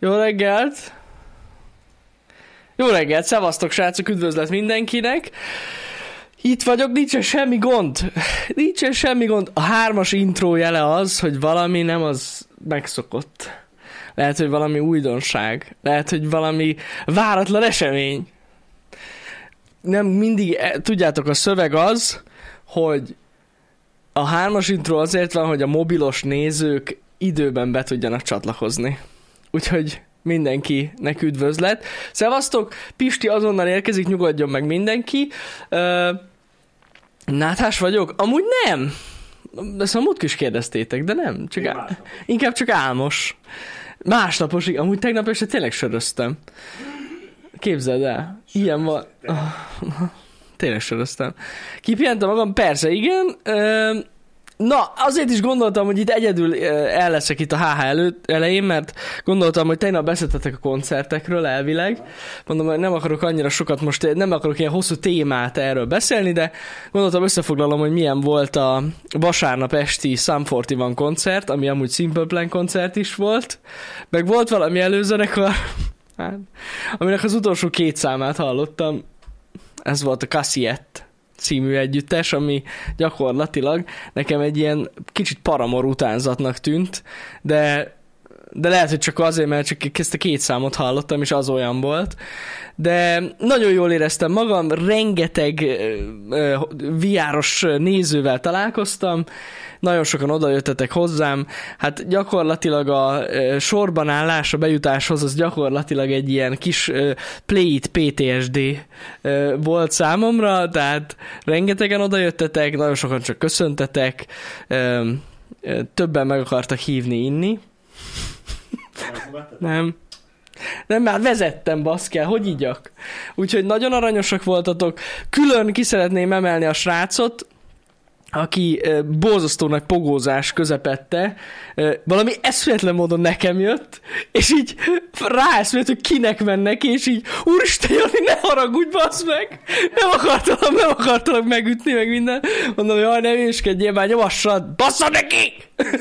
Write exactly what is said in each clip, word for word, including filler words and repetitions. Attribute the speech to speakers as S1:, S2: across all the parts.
S1: Jó reggelt! Jó reggelt, szevasztok srácok, üdvözlet mindenkinek! Itt vagyok, nincsen semmi gond. Nincsen semmi gond. A hármas intro jele az, hogy valami nem az megszokott. Lehet, hogy valami újdonság. Lehet, hogy valami váratlan esemény. Nem mindig, tudjátok, a szöveg az, hogy a hármas intro azért van, hogy a mobilos nézők időben be tudjanak csatlakozni. Úgyhogy mindenkinek üdvözlet. Szevasztok, Pisti azonnal érkezik, nyugodjon meg mindenki. Uh, náthás vagyok? Amúgy nem. Ezt a múltkor is kérdeztétek, de nem. Csak á... Inkább csak álmos. Másnapos, amúgy tegnap este tényleg söröztem. Képzeld el. Ilyen van. Oh, tényleg söröztem. Kipihentem magam? Persze, igen. Uh, Na, azért is gondoltam, hogy itt egyedül el leszek itt a há há előtt, elején, mert gondoltam, hogy tegnap beszéltetek a koncertekről elvileg. Mondom, hogy nem akarok annyira sokat most, nem akarok ilyen hosszú témát erről beszélni, de gondoltam, összefoglalom, hogy milyen volt a vasárnap esti Sum negyvenegy koncert, ami amúgy Simple Plan koncert is volt, meg volt valami előzenekar, hát, aminek az utolsó két számát hallottam, ez volt a Cassiette című együttes, ami gyakorlatilag nekem egy ilyen kicsit Paramore utánzatnak tűnt, de, de lehet, hogy csak azért, mert csak ezt a két számot hallottam, és az olyan volt. De nagyon jól éreztem magam, rengeteg uh, vé er-os nézővel találkoztam, nagyon sokan odajöttetek hozzám, hát gyakorlatilag a uh, sorban állás a bejutáshoz az gyakorlatilag egy ilyen kis uh, Play It pé té es dé uh, volt számomra, tehát rengetegen odajöttetek, nagyon sokan csak köszöntetek, uh, uh, többen meg akartak hívni inni. Nem. Nem, már vezettem, baszkel, hogy igyak. Úgyhogy nagyon aranyosak voltatok. Külön ki szeretném emelni a srácot, aki e, borzasztó nagy pogózás közepette, e, valami eszméletlen módon nekem jött, és így ráeszmélt, hogy kinek mennek, és így, úristen, Jani, ne haragudj, bassz meg! Nem akartalak, nem akartalak megütni, meg minden. Mondom, jaj, ne hülyéskedjél, már nyomassad, bassza neki!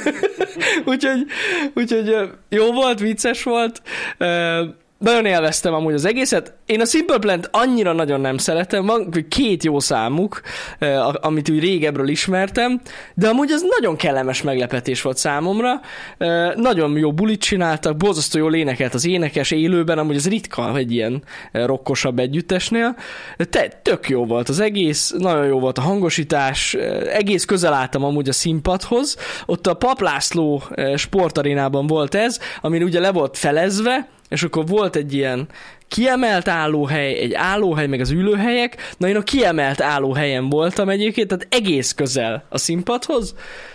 S1: úgyhogy, úgyhogy jó volt, vicces volt. E, Nagyon élveztem amúgy az egészet. Én a Simple Plant annyira nagyon nem szeretem, van két jó számuk, amit úgy régebről ismertem, de amúgy az nagyon kellemes meglepetés volt számomra. Nagyon jó bulit csináltak, borzasztó jól énekelt az énekes élőben, amúgy az ritka egy ilyen rockosabb együttesnél. Te, tök jó volt az egész, nagyon jó volt a hangosítás, egész közel álltam amúgy a színpadhoz. Ott a Pap László sportarénában volt ez, amin ugye le volt felezve, és akkor volt egy ilyen kiemelt állóhely, egy állóhely, meg az ülőhelyek. Na, én a kiemelt állóhelyen voltam egyébként, tehát egész közel a színpadhoz.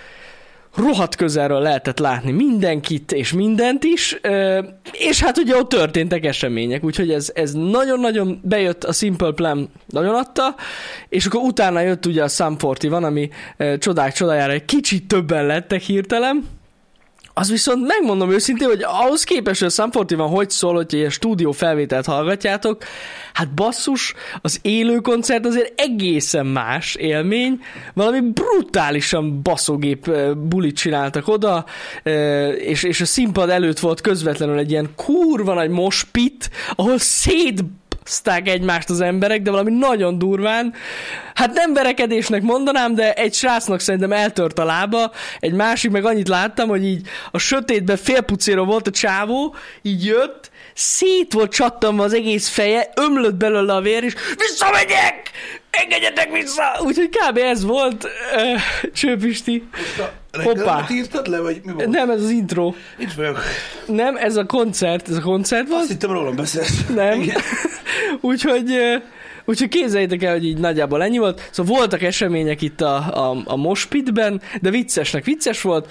S1: Rohadt közelről lehetett látni mindenkit és mindent is, és hát ugye ott történtek események, úgyhogy ez, ez nagyon-nagyon bejött, a Simple Plan nagyon adta, és akkor utána jött ugye a Sum negyvenegy, ami csodák csodájára egy kicsit többen lettek hirtelen. Az viszont megmondom őszintén, hogy ahhoz képest, hogy a Sum negyvenegy hogy szól, hogyha ilyen stúdió felvételt hallgatjátok, hát basszus, az élő koncert azért egészen más élmény, valami brutálisan baszógép bulit csináltak oda, és, és a színpad előtt volt közvetlenül egy ilyen kurva nagy moshpit, ahol szét szták egymást az emberek, de valami nagyon durván. Hát nem verekedésnek mondanám, de egy srácnak szerintem eltört a lába, egy másik meg annyit láttam, hogy így a sötétben félpucéro volt a csávó, így jött, szét volt csattanva az egész feje, ömlött belőle a vér, és visszamegyek! Engedjetek vissza! Úgyhogy kb. Ez volt, uh, Csőpisti. Hoppá.
S2: Írtad le, vagy mi volt?
S1: Nem, ez az intro.
S2: Itt vagyok.
S1: Nem, ez a koncert, ez a koncert volt.
S2: Azt hittem, rólam beszélsz.
S1: Nem. Úgyhogy, úgyhogy képzeljétek el, hogy így nagyjából ennyi volt. Szóval voltak események itt a, a, a moshpitben, de viccesnek vicces volt.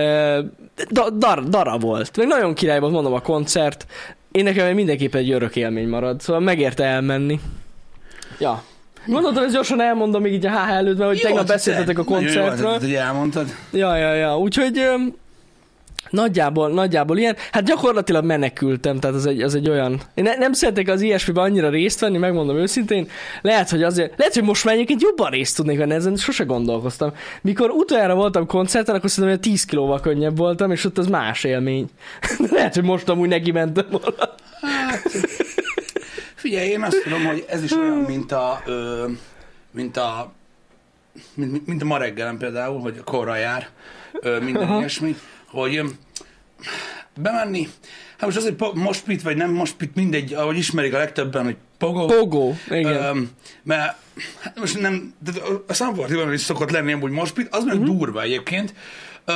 S1: Da, dar, dara volt. Meg nagyon király volt, mondom, a koncert. Én nekem mindenképpen egy örök élmény marad. Szóval megérte elmenni. Ja. Gondoltam, hogy gyorsan elmondom még így a há há előtt, mert hogy tegnap beszéltetek a koncertről.
S2: Jó, hogy elmondtad.
S1: Ja, ja, ja. Úgyhogy Nagyjából, nagyjából ilyen. Hát gyakorlatilag menekültem, tehát az egy, az egy olyan... Én ne, nem szeretek az ilyesmiben annyira részt venni, megmondom őszintén. Lehet, hogy azért... Lehet, hogy most már egyébként jobban részt tudnék venni, ezen sose gondolkoztam. Mikor utoljára voltam koncerten, akkor szerintem hogy tíz kilóval könnyebb voltam, és ott az más élmény. Lehet, hogy most amúgy neki mentem volna.
S2: Hát, figyelj, én azt tudom, hogy ez is olyan, mint a... Ö, mint a mint, mint a ma reggelen például, hogy korra jár, ö, minden ilyesmi, hogy ö, bemenni, hát most az, hogy mospit, vagy nem mospit, mindegy, ahogy ismerik a legtöbben, hogy pogó.
S1: Pogó, igen.
S2: Ö, mert hát most nem, a Szampartiban is szokott lenni amúgy mospit, az meg uh-huh. durva egyébként. Ö,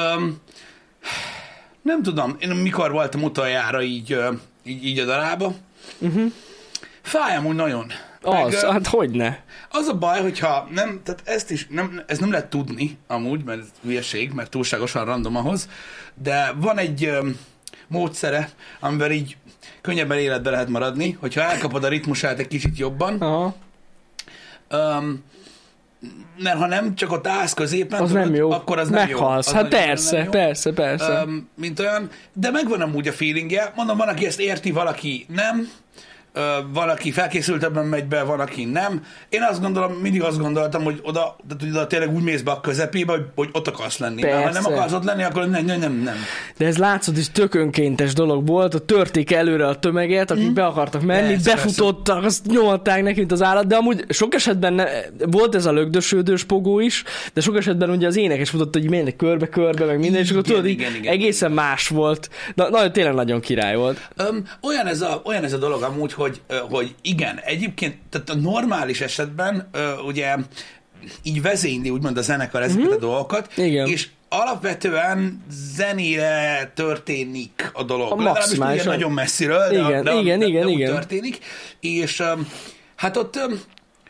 S2: nem tudom, én mikor voltam utoljára így, így, így a darába. Uh-huh. Fáj amúgy nagyon.
S1: Az, meg, hát hogyne.
S2: Az a baj, hogyha nem, tehát ezt is, nem, ez nem lehet tudni amúgy, mert ez hülyeség, mert túlságosan random ahhoz, de van egy öm, módszere, amivel így könnyebben életbe lehet maradni, hogyha elkapod a ritmusát egy kicsit jobban. Aha. Öm, mert ha nem, csak ott állsz középen,
S1: az tudod, nem jó.
S2: Akkor az nem
S1: meghalsz.
S2: jó.
S1: Az hát persze, nem jó. persze, persze.
S2: Öm, mint olyan, de megvan amúgy a feelingje. Mondom, van, aki ezt érti, valaki nem. Uh, van, aki felkészültebben megy be, van, aki nem. Én azt gondolom, mindig azt gondoltam, hogy oda, de oda tényleg úgy mész be a közepébe, hogy, hogy ott akarsz lenni. Mert ha nem akarsz ott lenni, akkor nem, nem, nem, nem.
S1: De ez látszott is tök önkéntes dolog volt, a törték előre a tömeget, akik mm. be akartak menni, persze, befutottak, persze. Azt nyomatták neki, mint az állat, de amúgy sok esetben ne, volt ez a lögdösődős pogó is, de sok esetben ugye az énekes futott, hogy mennek körbe-körbe, meg minden, igen, és akkor tudod, igen, igen, egészen igen. más volt. Na, na, tényleg nagyon király volt.
S2: Um, olyan, ez a, olyan ez a dolog amúgy, hogy, hogy igen, egyébként, tehát a normális esetben uh, ugye így vezényli úgymond a zenekar ezeket mm-hmm. a dolgokat, igen. és alapvetően zenére történik a dolog. A legalábbis ugye nagyon messziről, de,
S1: igen,
S2: de,
S1: igen,
S2: de,
S1: igen,
S2: de
S1: igen.
S2: úgy történik, és um, hát ott um,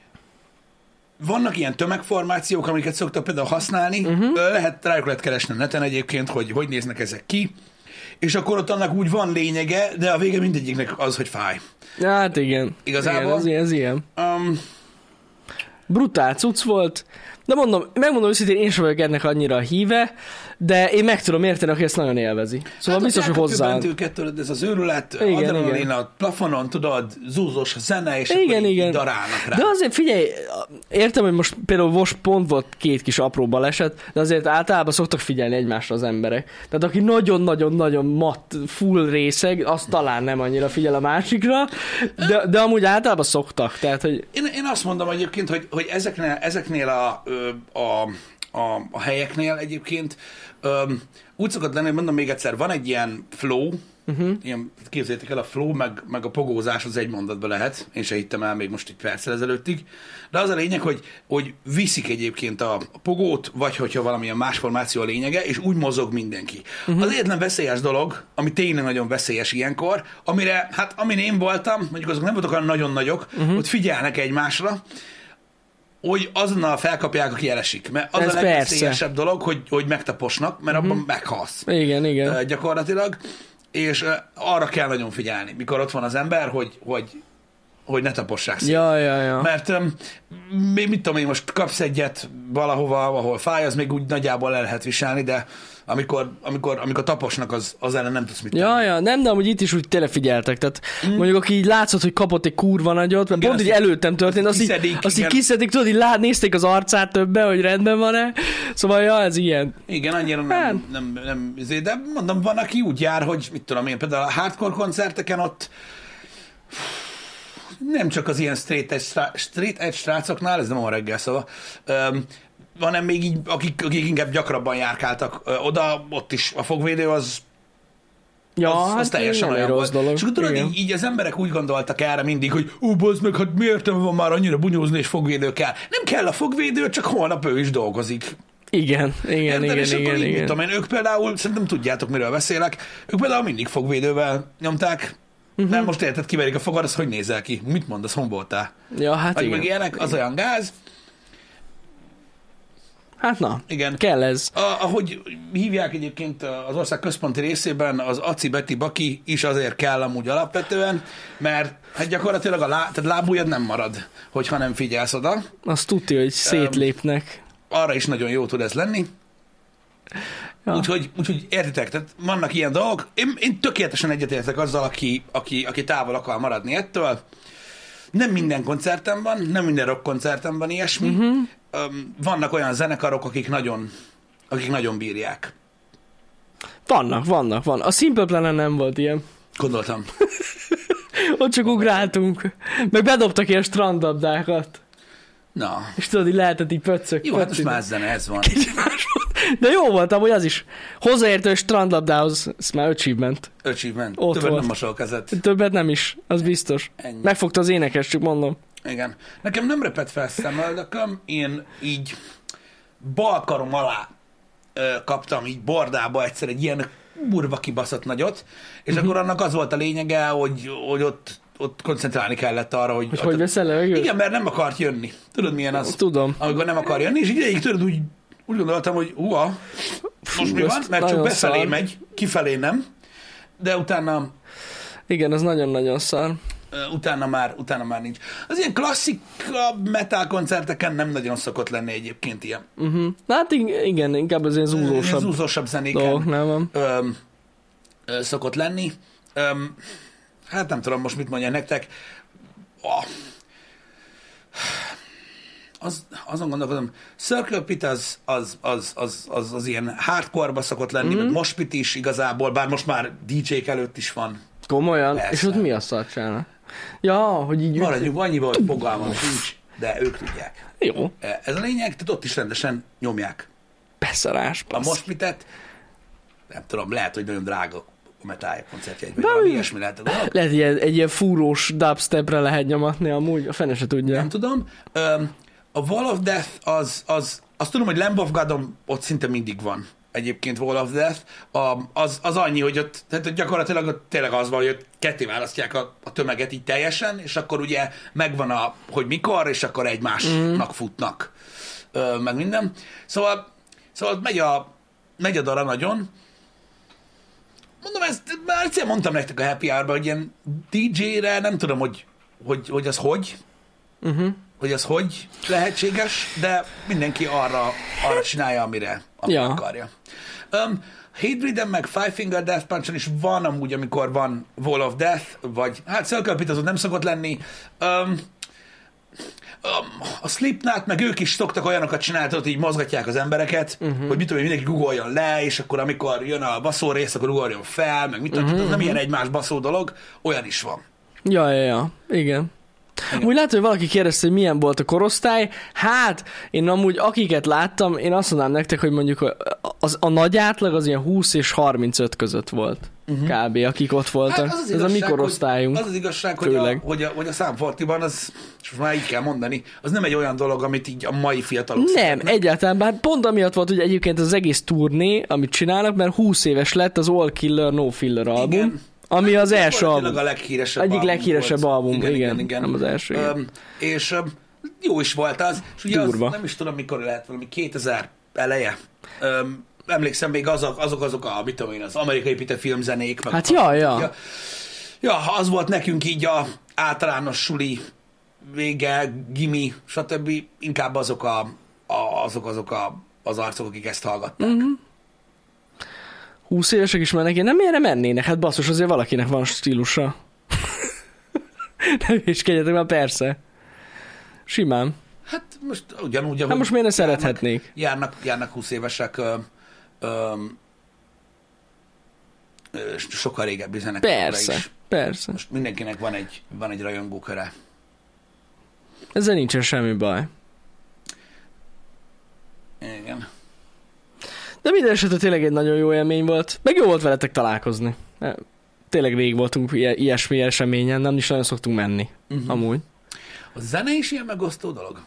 S2: vannak ilyen tömegformációk, amiket szoktak például használni, uh-huh. lehet, rájuk lehet keresni a neten egyébként, hogy hogy néznek ezek ki, és akkor ott annak úgy van lényege, de a vége mindegyiknek az, hogy fáj.
S1: Hát igen.
S2: Igazából.
S1: Igen, ez, ez ilyen.
S2: Um,
S1: Brutál cucc volt. De mondom, megmondom őszintén, én sem vagyok ennek annyira a híve, de én meg tudom érteni, aki ezt nagyon élvezi. Szóval hát biztos, hogy hozzá.
S2: Őket, tudod, ez az őrület, adrenalin a plafonon, tudod, zúzós a zene, és igen, akkor igen. darálnak rá.
S1: De azért figyelj, értem, hogy most például most pont volt két kis apró baleset, de azért általában szoktak figyelni egymásra az emberek. Tehát aki nagyon-nagyon-nagyon mat, full részeg, az talán nem annyira figyel a másikra, de, de amúgy általában szoktak. Tehát, hogy...
S2: én, én azt mondom egyébként, hogy, hogy ezeknél, ezeknél a, a A, a helyeknél egyébként öm, úgy szokott lenni, hogy mondom még egyszer, van egy ilyen flow, uh-huh. ilyen, képzeljétek el, a flow meg, meg a pogózás az egy mondatban lehet, én se hittem el még most egy perccel ezelőttig, de az a lényeg, hogy, hogy viszik egyébként a, a pogót, vagy hogyha valamilyen más formáció a lényege, és úgy mozog mindenki. Uh-huh. Az egyetlen veszélyes dolog, ami tényleg nagyon veszélyes ilyenkor, amire, hát amin én voltam, mondjuk azok nem voltak olyan nagyon nagyok, uh-huh. hogy figyelnek egymásra, hogy azonnal felkapják, aki elesik. Mert az ez a legveszélyesebb dolog, hogy, hogy megtaposnak, mert uh-huh. abban meghalsz.
S1: Igen, igen.
S2: Uh, gyakorlatilag. És uh, arra kell nagyon figyelni, mikor ott van az ember, hogy, hogy, hogy ne tapossák szét.
S1: Ja, ja, ja.
S2: Mert um, mit tudom én, most kapsz egyet valahova, ahol fáj, az még úgy nagyjából le lehet viselni, de amikor, amikor, amikor taposnak, az, az ellen nem tudsz mit tenni.
S1: Ja, ja, nem, de amúgy itt is úgy tényleg figyeltek. Tehát mm. mondjuk, aki így látszott, hogy kapott egy kurva nagyot, mert igen, pont így előttem történt, azt, azt, így, azt így kiszedik, tudod, így lát, nézték az arcát többen, hogy rendben van-e. Szóval, ja, ez ilyen.
S2: Igen, annyira nem, nem, nem, nem, de mondom, van, aki úgy jár, hogy mit tudom én, például a hardcore koncerteken ott nem csak az ilyen straight edge, straight edge srácoknál, ez nem a reggel szóval, um, hanem még így, akik, akik inkább gyakrabban járkáltak ö, oda, ott is a fogvédő az,
S1: ja,
S2: az,
S1: hát
S2: az teljesen olyan volt. Dolog. És akkor tudod, így, így az emberek úgy gondoltak erre mindig, hogy ú, bazd meg, hát miért nem van már annyira bunyózni, és fogvédő kell. Nem kell a fogvédő, csak holnap ő is dolgozik.
S1: Igen, igen,
S2: Érted?
S1: igen,
S2: és
S1: igen,
S2: akkor így,
S1: igen.
S2: Tudom én, ők például, szerintem tudjátok, miről beszélek, ők például mindig fogvédővel nyomták, uh-huh. nem most érted, kiverik a fogad, az hogy nézel ki? Mit mondasz, hon voltál?
S1: Ja, hát
S2: vagy
S1: igen.
S2: meg ilyenek, az olyan gáz.
S1: Hát na,
S2: igen.
S1: kell ez.
S2: A, ahogy hívják egyébként az ország központi részében, az Aci Beti Baki is azért kell amúgy alapvetően, mert hát gyakorlatilag a lá, tehát lábujjad nem marad, hogyha nem figyelsz oda.
S1: Azt tudja, hogy szétlépnek.
S2: Um, arra is nagyon jó tud ez lenni.
S1: Ja.
S2: Úgyhogy, úgyhogy értitek, tehát vannak ilyen dolgok. Én, én tökéletesen egyetértek azzal, aki, aki, aki távol akar maradni ettől. Nem minden koncerten van, nem minden rock koncerten van ilyesmi. Uh-huh. Vannak olyan zenekarok, akik nagyon, akik nagyon bírják.
S1: Vannak, vannak, van. A Simple Plan-en nem volt ilyen.
S2: Gondoltam.
S1: Ott csak ugráltunk. Meg bedobtak ilyen strandabdákat.
S2: Na.
S1: És tudod, így lehetett így pöccök.
S2: Jó, hát most más zene, ez van.
S1: De jó volt, amúgy az is. Hozzáértő strandlabdához, ez már achievement.
S2: Achievement.
S1: Ott
S2: Többet
S1: volt.
S2: nem mosol kezet.
S1: Többet nem is, az biztos.
S2: Ennyi.
S1: Megfogta az énekes, csak mondom.
S2: Igen. Nekem nem repett fel szemöldököm, én így bal karom alá ö, kaptam így bordába egyszer egy ilyen burva kibaszott nagyot, és uh-huh. akkor annak az volt a lényege, hogy, hogy ott, ott koncentrálni kellett arra, hogy...
S1: Hogy hogy veszel levegőt?
S2: Igen, mert nem akart jönni. Tudod, milyen az?
S1: Tudom.
S2: Amikor nem akar jönni, és így ideig tudod, úgy, úgy gondoltam, hogy húha, most mi van? Mert csak befelé szar. megy, kifelé nem, de utána...
S1: Igen, az nagyon-nagyon szar.
S2: Utána már, utána már nincs. Az ilyen klasszikabb metal koncerteken nem nagyon szokott lenni egyébként ilyen.
S1: Uh-huh. Hát igen, inkább az ilyen zúzósabb,
S2: zúzósabb zenéken
S1: dolgok, nem
S2: öm, ö, szokott lenni. Öm, hát nem tudom most mit mondjak nektek. Oh. Az, azon gondolkodom, Circle Pit az, az, az, az, az, az ilyen hardcore-ba szokott lenni, mm-hmm. meg moshpit is igazából, bár most már dé jék előtt is van.
S1: Komolyan?
S2: Persze.
S1: És ott mi a szart csinálnak? Ja, hogy így...
S2: Maradjunk annyival, hogy fogalmam sincs, de ők tudják.
S1: Jó.
S2: Ez a lényeg, tehát ott is rendesen nyomják.
S1: Beszarás,
S2: A moshpitet, nem tudom, lehet, hogy nagyon drága a Metallica koncertjegy, vagy
S1: de
S2: valami ilyesmi lehet.
S1: Lehet, ilyen, egy ilyen fúrós dubstepre lehet nyomatni amúgy, a fene se tudja.
S2: Nem tudom. A Wall of Death, az, az, azt tudom, hogy Lamb of Godon ott szinte mindig van. Egyébként Wall of Death, a, az, az annyi, hogy ott, tehát gyakorlatilag ott tényleg az van, hogy ott ketté választják a, a tömeget így teljesen, és akkor ugye megvan a, hogy mikor, és akkor egymásnak mm. futnak, ö, meg minden. Szóval, szóval megy a, megy a dara nagyon. Mondom, ezt már egyszer mondtam nektek a Happy Hour-ban, hogy ilyen dé jére nem tudom, hogy, hogy, hogy az hogy, uh-huh. hogy az hogy lehetséges, de mindenki arra, arra csinálja, amire, amire ja. akarja. Um, Hatebreed-en meg Five Finger Death Punch-on is van amúgy, amikor van Wall of Death, vagy hát Circle Pit azon nem szokott lenni. Um, um, a Slipknot, meg ők is szoktak olyanokat csinálni, hogy így mozgatják az embereket, uh-huh. hogy mit tudom, mindenki guggoljon le, és akkor amikor jön a baszó rész, akkor ugorjon fel, meg mit tudom, uh-huh. az nem ilyen egymás baszó dolog, olyan is van.
S1: Ja, ja, ja, igen. Igen. Úgy látom, hogy valaki kérdezte, hogy milyen volt a korosztály. Hát, én amúgy akiket láttam, én azt mondanám nektek, hogy mondjuk az, a nagy átlag az ilyen húsz és harmincöt között volt. Uh-huh. Kb. Akik ott voltak. Hát az az Ez igazság, a mi korosztályunk.
S2: Az az igazság, hogy a, hogy, a, hogy a számfortiban, az, és most már így kell mondani, az nem egy olyan dolog, amit így a mai fiatalok
S1: Nem,
S2: szeretnek.
S1: egyáltalán, bár pont amiatt volt, hogy egyébként az egész turné, amit csinálnak, mert húsz éves lett az All Killer No Filler album. Igen. Ami az hát, első album.
S2: A leghíresebb
S1: Egyik
S2: album
S1: leghíresebb
S2: volt.
S1: album,
S2: igen,
S1: igen,
S2: igen, igen.
S1: Nem az első.
S2: Um, és um, jó is volt az. És ugye az, nem is tudom, mikor lehet valami kétezer eleje. Um, emlékszem még azok, azok, azok a, mit tudom én, az amerikai Peter filmzenék.
S1: Hát ja, ja.
S2: ja. Ja, az volt nekünk így a általános suli vége, gimi, stb. Inkább azok a, a, azok, azok a, az arcok, akik ezt hallgatták. Mm-hmm.
S1: húsz évesek is mennek, én nem erre mennének, hát basszus, azért valakinek van stílusa. Nem is kegyetek már, persze. Simán.
S2: Hát most ugyanúgy,
S1: hát most miért ne szerethetnék?
S2: Járnak, járnak húsz évesek ö, ö, ö, sokkal régebbi zenekarokra is.
S1: Persze, persze.
S2: Most mindenkinek van egy, van egy rajongóköre.
S1: Ezzel nincsen semmi baj.
S2: Igen.
S1: De minden esetre tényleg egy nagyon jó élmény volt. Meg jó volt veletek találkozni. Tényleg rég voltunk ilyesmi eseményen, nem is nagyon szoktunk menni. Uh-huh. Amúgy.
S2: A zene is ilyen megosztó dolog?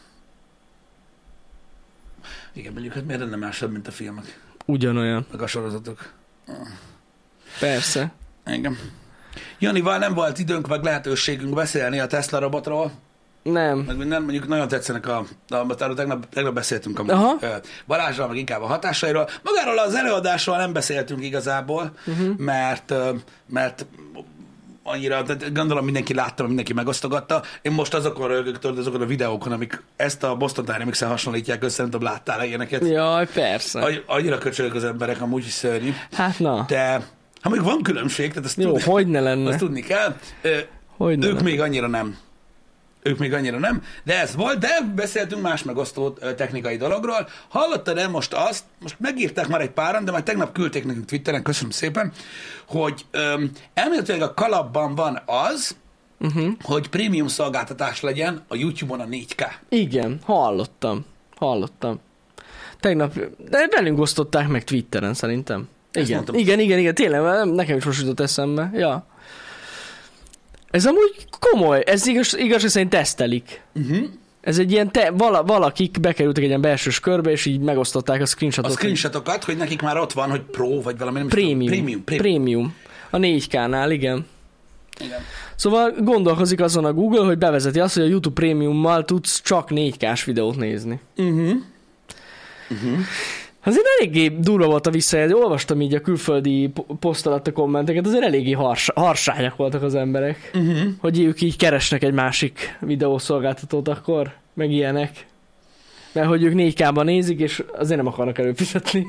S2: Igen, mondjuk, hát miért lenne másabb, mint a filmek?
S1: Ugyanolyan.
S2: Meg a sorozatok.
S1: Persze.
S2: Igen. Janival nem volt időnk, meg lehetőségünk beszélni a Tesla robotról.
S1: Nem.
S2: Meg minden, mondjuk nagyon tetszenek a, a, a tegnap, tegnap beszéltünk a Balázsral, meg inkább a hatásairól. Magáról az előadásról nem beszéltünk igazából, uh-huh. mert, mert annyira, tehát gondolom mindenki látta, mindenki megosztogatta. Én most azokon rögök, tudod, azokon a videókon, amik ezt a Boston Dynamics-en hasonlítják össze, nem tudom, láttál ilyeneket?
S1: Jaj, persze.
S2: Any- annyira köcsögök az emberek, amúgy is szörnyű.
S1: Hát na.
S2: De ha még van különbség, tehát azt,
S1: Jó,
S2: tudni,
S1: hogy ne lenne.
S2: azt tudni kell. Ö,
S1: Hogyne
S2: ők
S1: lenne.
S2: még annyira nem. Ők még annyira nem, de ez volt, de beszéltünk más megosztó ö, technikai dologról. Hallottad-e most azt, most megírták már egy páran, de majd tegnap küldték nekünk Twitteren, köszönöm szépen, hogy öm, elméletileg a kalapban van az, uh-huh. hogy prémium szolgáltatás legyen a YouTube-on a négy ká.
S1: Igen, hallottam. Hallottam. Tegnap, de velünk osztották meg Twitteren szerintem. Igen,
S2: mondtam.
S1: igen, igen, igen, tényleg, nekem is most jutott eszembe. Ja. Ez amúgy komoly, ez igaz, igaz hogy szerint tesztelik.
S2: Uh-huh.
S1: Ez egy ilyen, te, vala, valakik bekerültek egy ilyen belsős körbe, és így megosztották a screenshotot.
S2: A screenshotokat, hogy nekik már ott van, hogy Pro, vagy valami nem is
S1: Premium.
S2: tudom. Premium. Premium.
S1: Premium. A négy ká-nál, igen.
S2: Igen.
S1: Szóval gondolkozik azon a Google, hogy bevezeti azt, hogy a YouTube Premiummal tudsz csak négy ká-s videót nézni.
S2: Uh-huh. Uh-huh.
S1: Azért eléggé durva volt a visszajelzés. Olvastam így a külföldi po- poszt alatt a kommenteket, azért eléggé hars- harsányak voltak az emberek.
S2: Uh-huh.
S1: Hogy ők így keresnek egy másik videószolgáltatót akkor, meg ilyenek. Mert hogy ők négy ká-ban nézik, és azért nem akarnak előfizetni.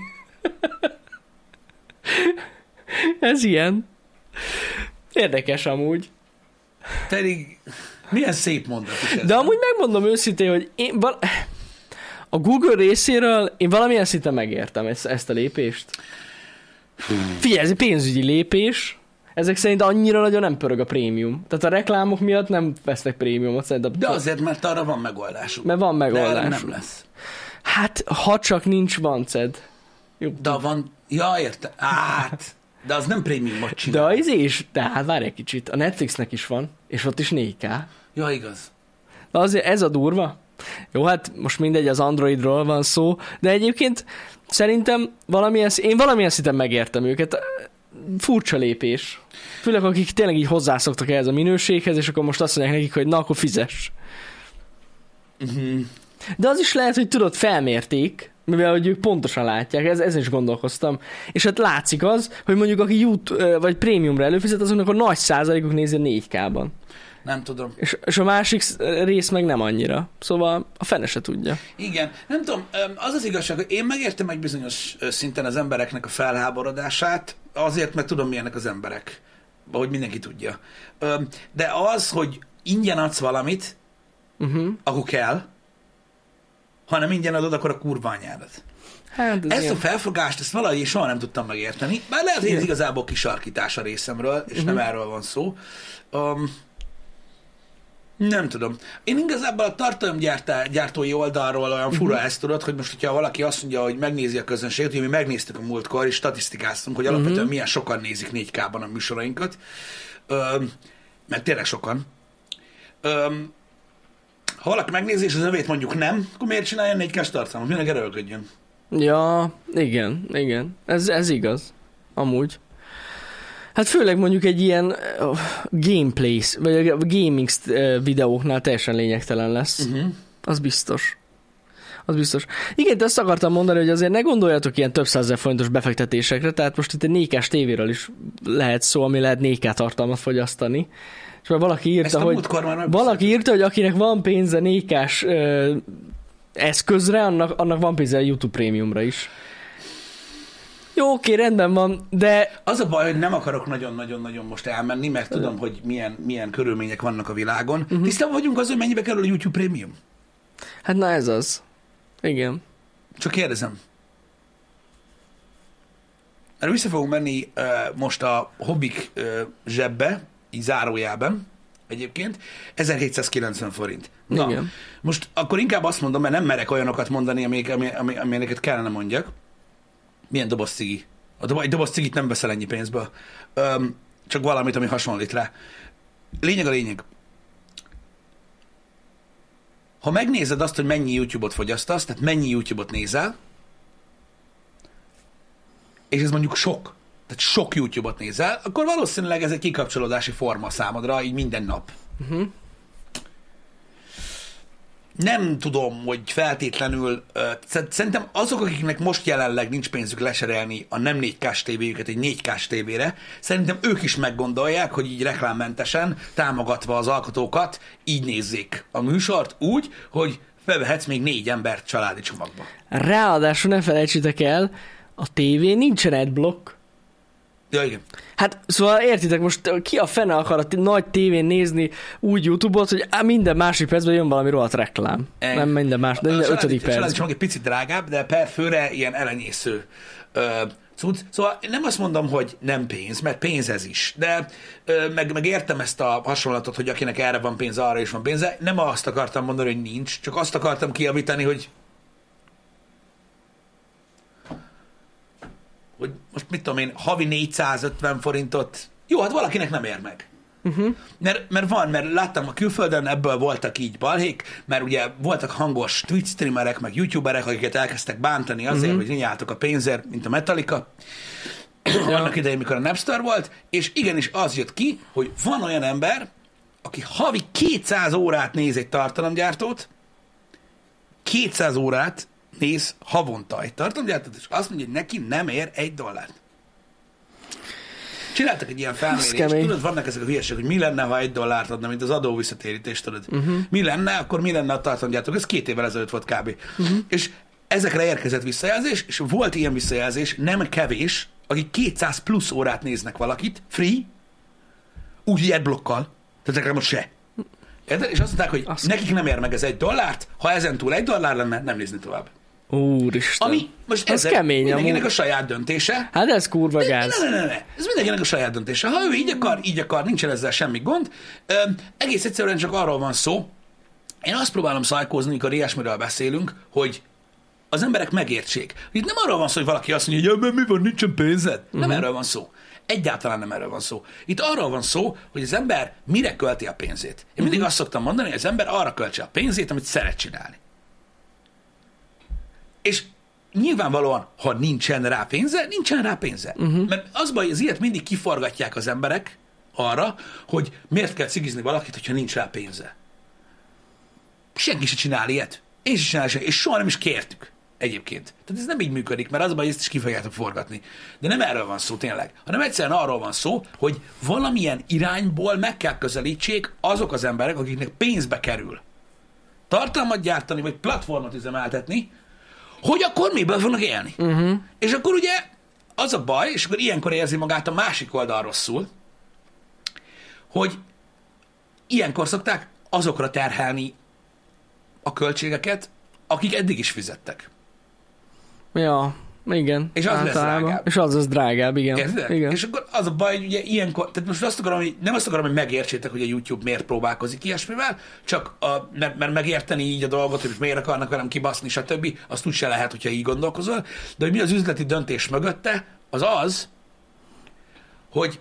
S1: Ez ilyen. Érdekes amúgy.
S2: Pedig milyen szép mondat is ez.
S1: De amúgy megmondom őszintén, hogy én val- a Google részéről én valamilyen szinten megértem ezt, ezt a lépést. Figyelj, ez egy pénzügyi lépés. Ezek szerint annyira nagyon nem pörög a prémium. Tehát a reklámok miatt nem vesznek prémiumot szerintem.
S2: De azért, mert arra van megoldásuk.
S1: Mert van
S2: De erre
S1: megoldás.
S2: nem lesz.
S1: Hát, ha csak nincs vanced. Jó.
S2: De van... Ja, érte. Át. De az nem prémiumot
S1: De
S2: csinál.
S1: az is, de hát várj egy kicsit. A Netflixnek is van, és ott is négy ká.
S2: Ja, igaz.
S1: De azért ez a durva. Jó, hát most mindegy, az Androidról van szó, de egyébként szerintem valamilyen, én valamilyen szinten megértem őket. Furcsa lépés. Főleg akik tényleg így hozzászoktak ehhez a minőséghez, és akkor most azt mondják nekik, hogy na, akkor fizess.
S2: Uh-huh.
S1: De az is lehet, hogy tudod, felmérték, mivel hogy ők pontosan látják, ez, ezen is gondolkoztam. És hát látszik az, hogy mondjuk aki YouTube vagy prémiumra előfizet, azoknak a nagy százalékuk nézi a négy ká-ban.
S2: Nem tudom.
S1: És, és a másik rész meg nem annyira. Szóval a fene se tudja.
S2: Igen. Nem tudom, az az igazság, hogy én megértem egy bizonyos szinten az embereknek a felháborodását, azért, mert tudom, milyenek az emberek. Ahogy mindenki tudja. De az, hogy ingyen adsz valamit, uh-huh. akkor kell, ha nem ingyen adod, akkor a kurva anyádat.
S1: Hát ez
S2: Ezt
S1: ilyen.
S2: a felfogást, ezt valahogy én soha nem tudtam megérteni. Bár lehet, hogy ez igazából kisarkítás a részemről, és uh-huh. nem erről van szó. Um, nem tudom. Én igazából a tartalomgyártói oldalról olyan fura uh-huh. ezt tudod, hogy most, hogyha valaki azt mondja, hogy megnézi a közönséget, hogy mi megnéztük a múltkor, és statisztikáztunk, hogy alapvetően uh-huh. milyen sokan nézik négy ká-ban a műsorainkat. Um, mert tényleg sokan. Um, ha valaki megnézi, és az övét mondjuk nem, akkor miért csináljon négy ká-s tartalmat? Mindenki erőlködjön.
S1: Ja, igen, igen. Ez, ez igaz. Amúgy. Hát főleg mondjuk egy ilyen uh, gameplay, vagy a gaming uh, videóknál teljesen lényegtelen lesz.
S2: Uh-huh.
S1: Az biztos. Az biztos. Igen, de azt akartam mondani, hogy azért ne gondoljatok ilyen több százezer forintos befektetésekre, tehát most itt egy négy ká-s tévéről is lehet szó, ami lehet négy ká tartalmat fogyasztani. És már valaki írta, hogy valaki írta, hogy akinek van pénze négy ká-s uh, eszközre, annak, annak van pénze a YouTube Premiumra is. Jó, oké, rendben van, de...
S2: Az a baj, hogy nem akarok nagyon-nagyon-nagyon most elmenni, mert tudom, hogy milyen, milyen körülmények vannak a világon. Uh-huh. Tisztában vagyunk az, hogy mennyibe kerül a YouTube Premium?
S1: Hát na ez az. Igen.
S2: Csak kérdezem. Erre vissza fogunk menni uh, most a Hobbik uh, zsebbe, így zárójában egyébként, ezerhétszázkilencven forint. Na,
S1: igen.
S2: Most akkor inkább azt mondom, mert nem merek olyanokat mondani, amik, amik, amilyeneket kellene mondjak. Milyen doboz cigi? A doboz, egy doboz cigit nem veszel ennyi pénzből. Öm, csak valamit, ami hasonlít rá. Lényeg a lényeg. Ha megnézed azt, hogy mennyi YouTube-ot fogyasztasz, tehát mennyi YouTube-ot nézel, és ez mondjuk sok, tehát sok YouTube-ot nézel, akkor valószínűleg ez egy kikapcsolódási forma számodra, így minden nap. Uh-huh. nem tudom, hogy feltétlenül, uh, szerintem azok, akiknek most jelenleg nincs pénzük leserelni a nem négy kás tévéjüket egy négy kás tévére, szerintem ők is meggondolják, hogy így reklámmentesen, támogatva az alkotókat, így nézzék a műsort úgy, hogy felvehetsz még négy embert családi csomagba.
S1: Ráadásul ne felejtsétek el, a tévén nincsen adblock.
S2: Ja, igen.
S1: Hát szóval értitek, most ki a fene akar a t- nagy tévén nézni úgy YouTube-ot, hogy á, minden másik percben jön valami rohadt reklám.
S2: Eng.
S1: Nem minden más, de minden ötödik perc.
S2: A családi csomag egy picit drágább, de per főre ilyen elenyésző ö, cucc. Szóval nem azt mondom, hogy nem pénz, mert pénz ez is, de ö, meg, meg értem ezt a hasonlatot, hogy akinek erre van pénz, arra is van pénze. Nem azt akartam mondani, hogy nincs, csak azt akartam kijavítani, hogy hogy most mit tudom én, havi négyszázötven forintot, jó, hát valakinek nem ér meg. Uh-huh. Mert, mert van, mert láttam a külföldön, ebből voltak így balhék, mert ugye voltak hangos Twitch streamerek, meg youtuberek, akiket elkezdtek bántani azért, uh-huh. hogy nyiljátok a pénzért, mint a Metallica. Ja. Annak idején, mikor a Napster volt, és igenis az jött ki, hogy van olyan ember, aki havi kétszáz órát néz egy tartalomgyártót, kétszáz órát néz havonta egy tartalomgyártót, és azt mondja, hogy neki nem ér egy dollárt. Csináltak egy ilyen felmérést, tudod, vannak ezek a hülyeségek, hogy mi lenne, ha egy dollárt adna, mint az adó visszatérítés, tudod. Uh-huh. Mi lenne, akkor mi lenne a tartalomgyártók? Ez két évvel ezelőtt volt kb. Uh-huh. És ezekre érkezett visszajelzés, és volt ilyen visszajelzés, nem kevés, akik kétszáz plusz órát néznek valakit, free, úgy adblokkal, tehát nekem most se. Érted? És azt mondták, hogy azt nekik nem ér meg ez egy dollárt, ha ezen túl egy dollár lenne, nem nézni tovább.
S1: Úristen.
S2: Ami most
S1: ez kemény.
S2: Mindenkinek
S1: amúgy.
S2: A saját döntése.
S1: Hát ez kurva gáz.
S2: Ne, ne, ne, ne. Ez mindenkinek a saját döntése. Ha ő így akar, így akar, nincsen ezzel semmi gond. Üm, egész egyszerűen csak arról van szó. Én azt próbálom szajkózni, amikor ilyesmiről beszélünk, hogy az emberek megértsék. Itt nem arról van szó, hogy valaki azt mondja, hogy ja, mi van, nincsen pénzed. Uh-huh. Nem erről van szó. Egyáltalán nem erről van szó. Itt arról van szó, hogy az ember mire költi a pénzét. Én mindig uh-huh. azt szoktam mondani, hogy az ember arra költse a pénzét, amit szeret csinálni. És nyilvánvalóan, ha nincsen rá pénze, nincsen rá pénze. Uh-huh. Mert az baj, az ilyet mindig kiforgatják az emberek arra, hogy miért kell cigizni valakit, hogyha nincs rá pénze. Senki se csinál ilyet. Én sem csinálom, és soha nem is kértük egyébként. Tehát ez nem így működik, mert az a baj, ezt is ki fogjátok forgatni. De nem erről van szó tényleg, hanem egyszerűen arról van szó, hogy valamilyen irányból meg kell közelítsék azok az emberek, akiknek pénzbe kerül tartalmat gyártani, vagy platformot üzemeltetni, hogy akkor miből fognak élni. Uh-huh. És akkor ugye az a baj, és akkor ilyenkor érzi magát a másik oldal rosszul, hogy ilyenkor szokták azokra terhelni a költségeket, akik eddig is fizettek.
S1: Ja, igen.
S2: És az lesz drágább.
S1: És az lesz drágább, igen. igen.
S2: És akkor az a baj, hogy ugye ilyenkor, tehát most azt akarom, hogy nem azt akarom, hogy megértsétek, hogy a YouTube miért próbálkozik ilyesmivel, csak a, mert, mert megérteni így a dolgot, hogy miért akarnak velem kibaszni, stb. Azt úgy se lehet, hogyha így gondolkozol. De hogy mi az üzleti döntés mögötte, az az, hogy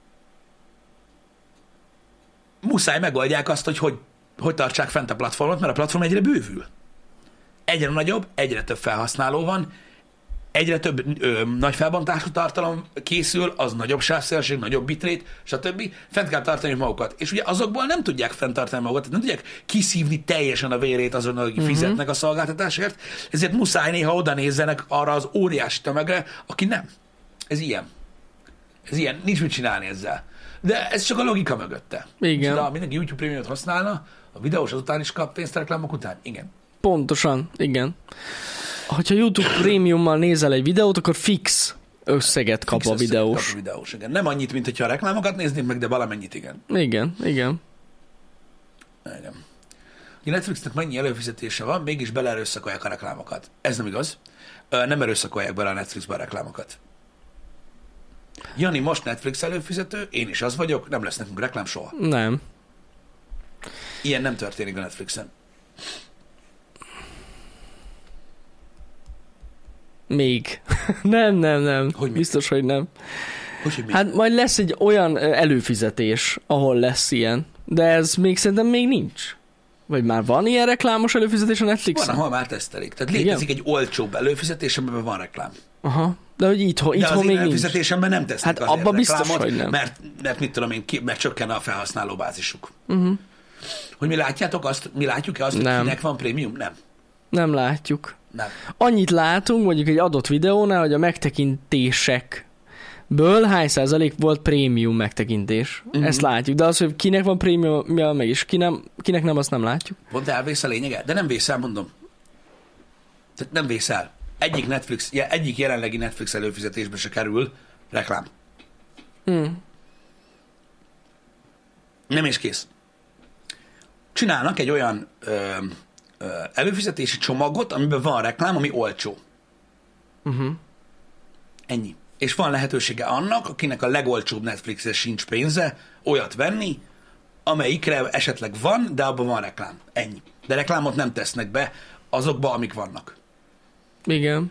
S2: muszáj megoldják azt, hogy hogy, hogy tartsák fent a platformot, mert a platform egyre bővül. Egyre nagyobb, egyre több felhasználó van, egyre több ö, nagy felbontású tartalom készül, az nagyobb sávszélesség, nagyobb bitrate, stb. Fent kell tartani magukat. És ugye azokból nem tudják fenntartani magukat, nem tudják kiszívni teljesen a vérét azon, akik uh-huh. fizetnek a szolgáltatásért, ezért muszáj néha oda nézzenek arra az óriási tömegre, aki nem. Ez ilyen. Ez ilyen. Nincs mit csinálni ezzel. De ez csak a logika mögötte.
S1: Igen.
S2: De mindenki YouTube Premium-ot használna, a videós azután is kap pénzt a reklámok után? Igen.
S1: Pontosan, igen. Ha YouTube Premiummal nézel egy videót, akkor fix összeget kap fix a videós.
S2: Kap a videós, igen. Nem annyit, mint hogyha a reklámokat néznék meg, de valamennyit, igen.
S1: Igen, igen.
S2: Igen. A Netflixnek mennyi előfizetése van, mégis beleerőszakolják a reklámokat. Ez nem igaz. Nem erőszakolják bele a Netflixbe a reklámokat. Jani most Netflix előfizető, én is az vagyok, nem lesz nekünk reklám soha.
S1: Nem.
S2: Ilyen nem történik a Netflixen.
S1: Még. nem, nem, nem.
S2: Hogy
S1: biztos, hogy nem.
S2: Hogy, hogy
S1: hát majd lesz egy olyan előfizetés, ahol lesz ilyen, de ez még szerintem még nincs. Vagy már van ilyen reklámos előfizetés a Netflixen?
S2: Van, ahol már tesztelik. Tehát létezik igen? egy olcsóbb előfizetés, amiben van reklám.
S1: Aha. De hogy itthon, itthon még nincs. De az
S2: előfizetésemben nem tesznek
S1: hát abba biztos, hogy nem.
S2: Mert, mert mit tudom én, ki, mert csökken a felhasználó bázisuk.
S1: Uh-huh.
S2: Hogy mi látjátok azt, mi látjuk-e azt, hogy
S1: Nem.
S2: kinek van prémium? Nem.
S1: Nem látjuk.
S2: Nem.
S1: Annyit látunk, mondjuk egy adott videónál, hogy a megtekintésekből hány százalék volt prémium megtekintés.
S2: Mhm.
S1: Ezt látjuk, de az, hogy kinek van prémium, meg is ki nem, kinek nem, azt nem látjuk.
S2: Pont elvész a lényege? De nem vész el, mondom. Tehát nem vész el. Egyik Netflix, ja, egyik jelenlegi Netflix előfizetésbe se kerül reklám.
S1: Hmm.
S2: Nem is kész. Csinálnak egy olyan ö, ö, előfizetési csomagot, amiben van reklám, ami olcsó.
S1: Uh-huh.
S2: Ennyi. És van lehetősége annak, akinek a legolcsóbb Netflixes sincs pénze, olyat venni, amelyikre esetleg van, de abban van reklám. Ennyi. De reklámot nem tesznek be azokba, amik vannak.
S1: Igen.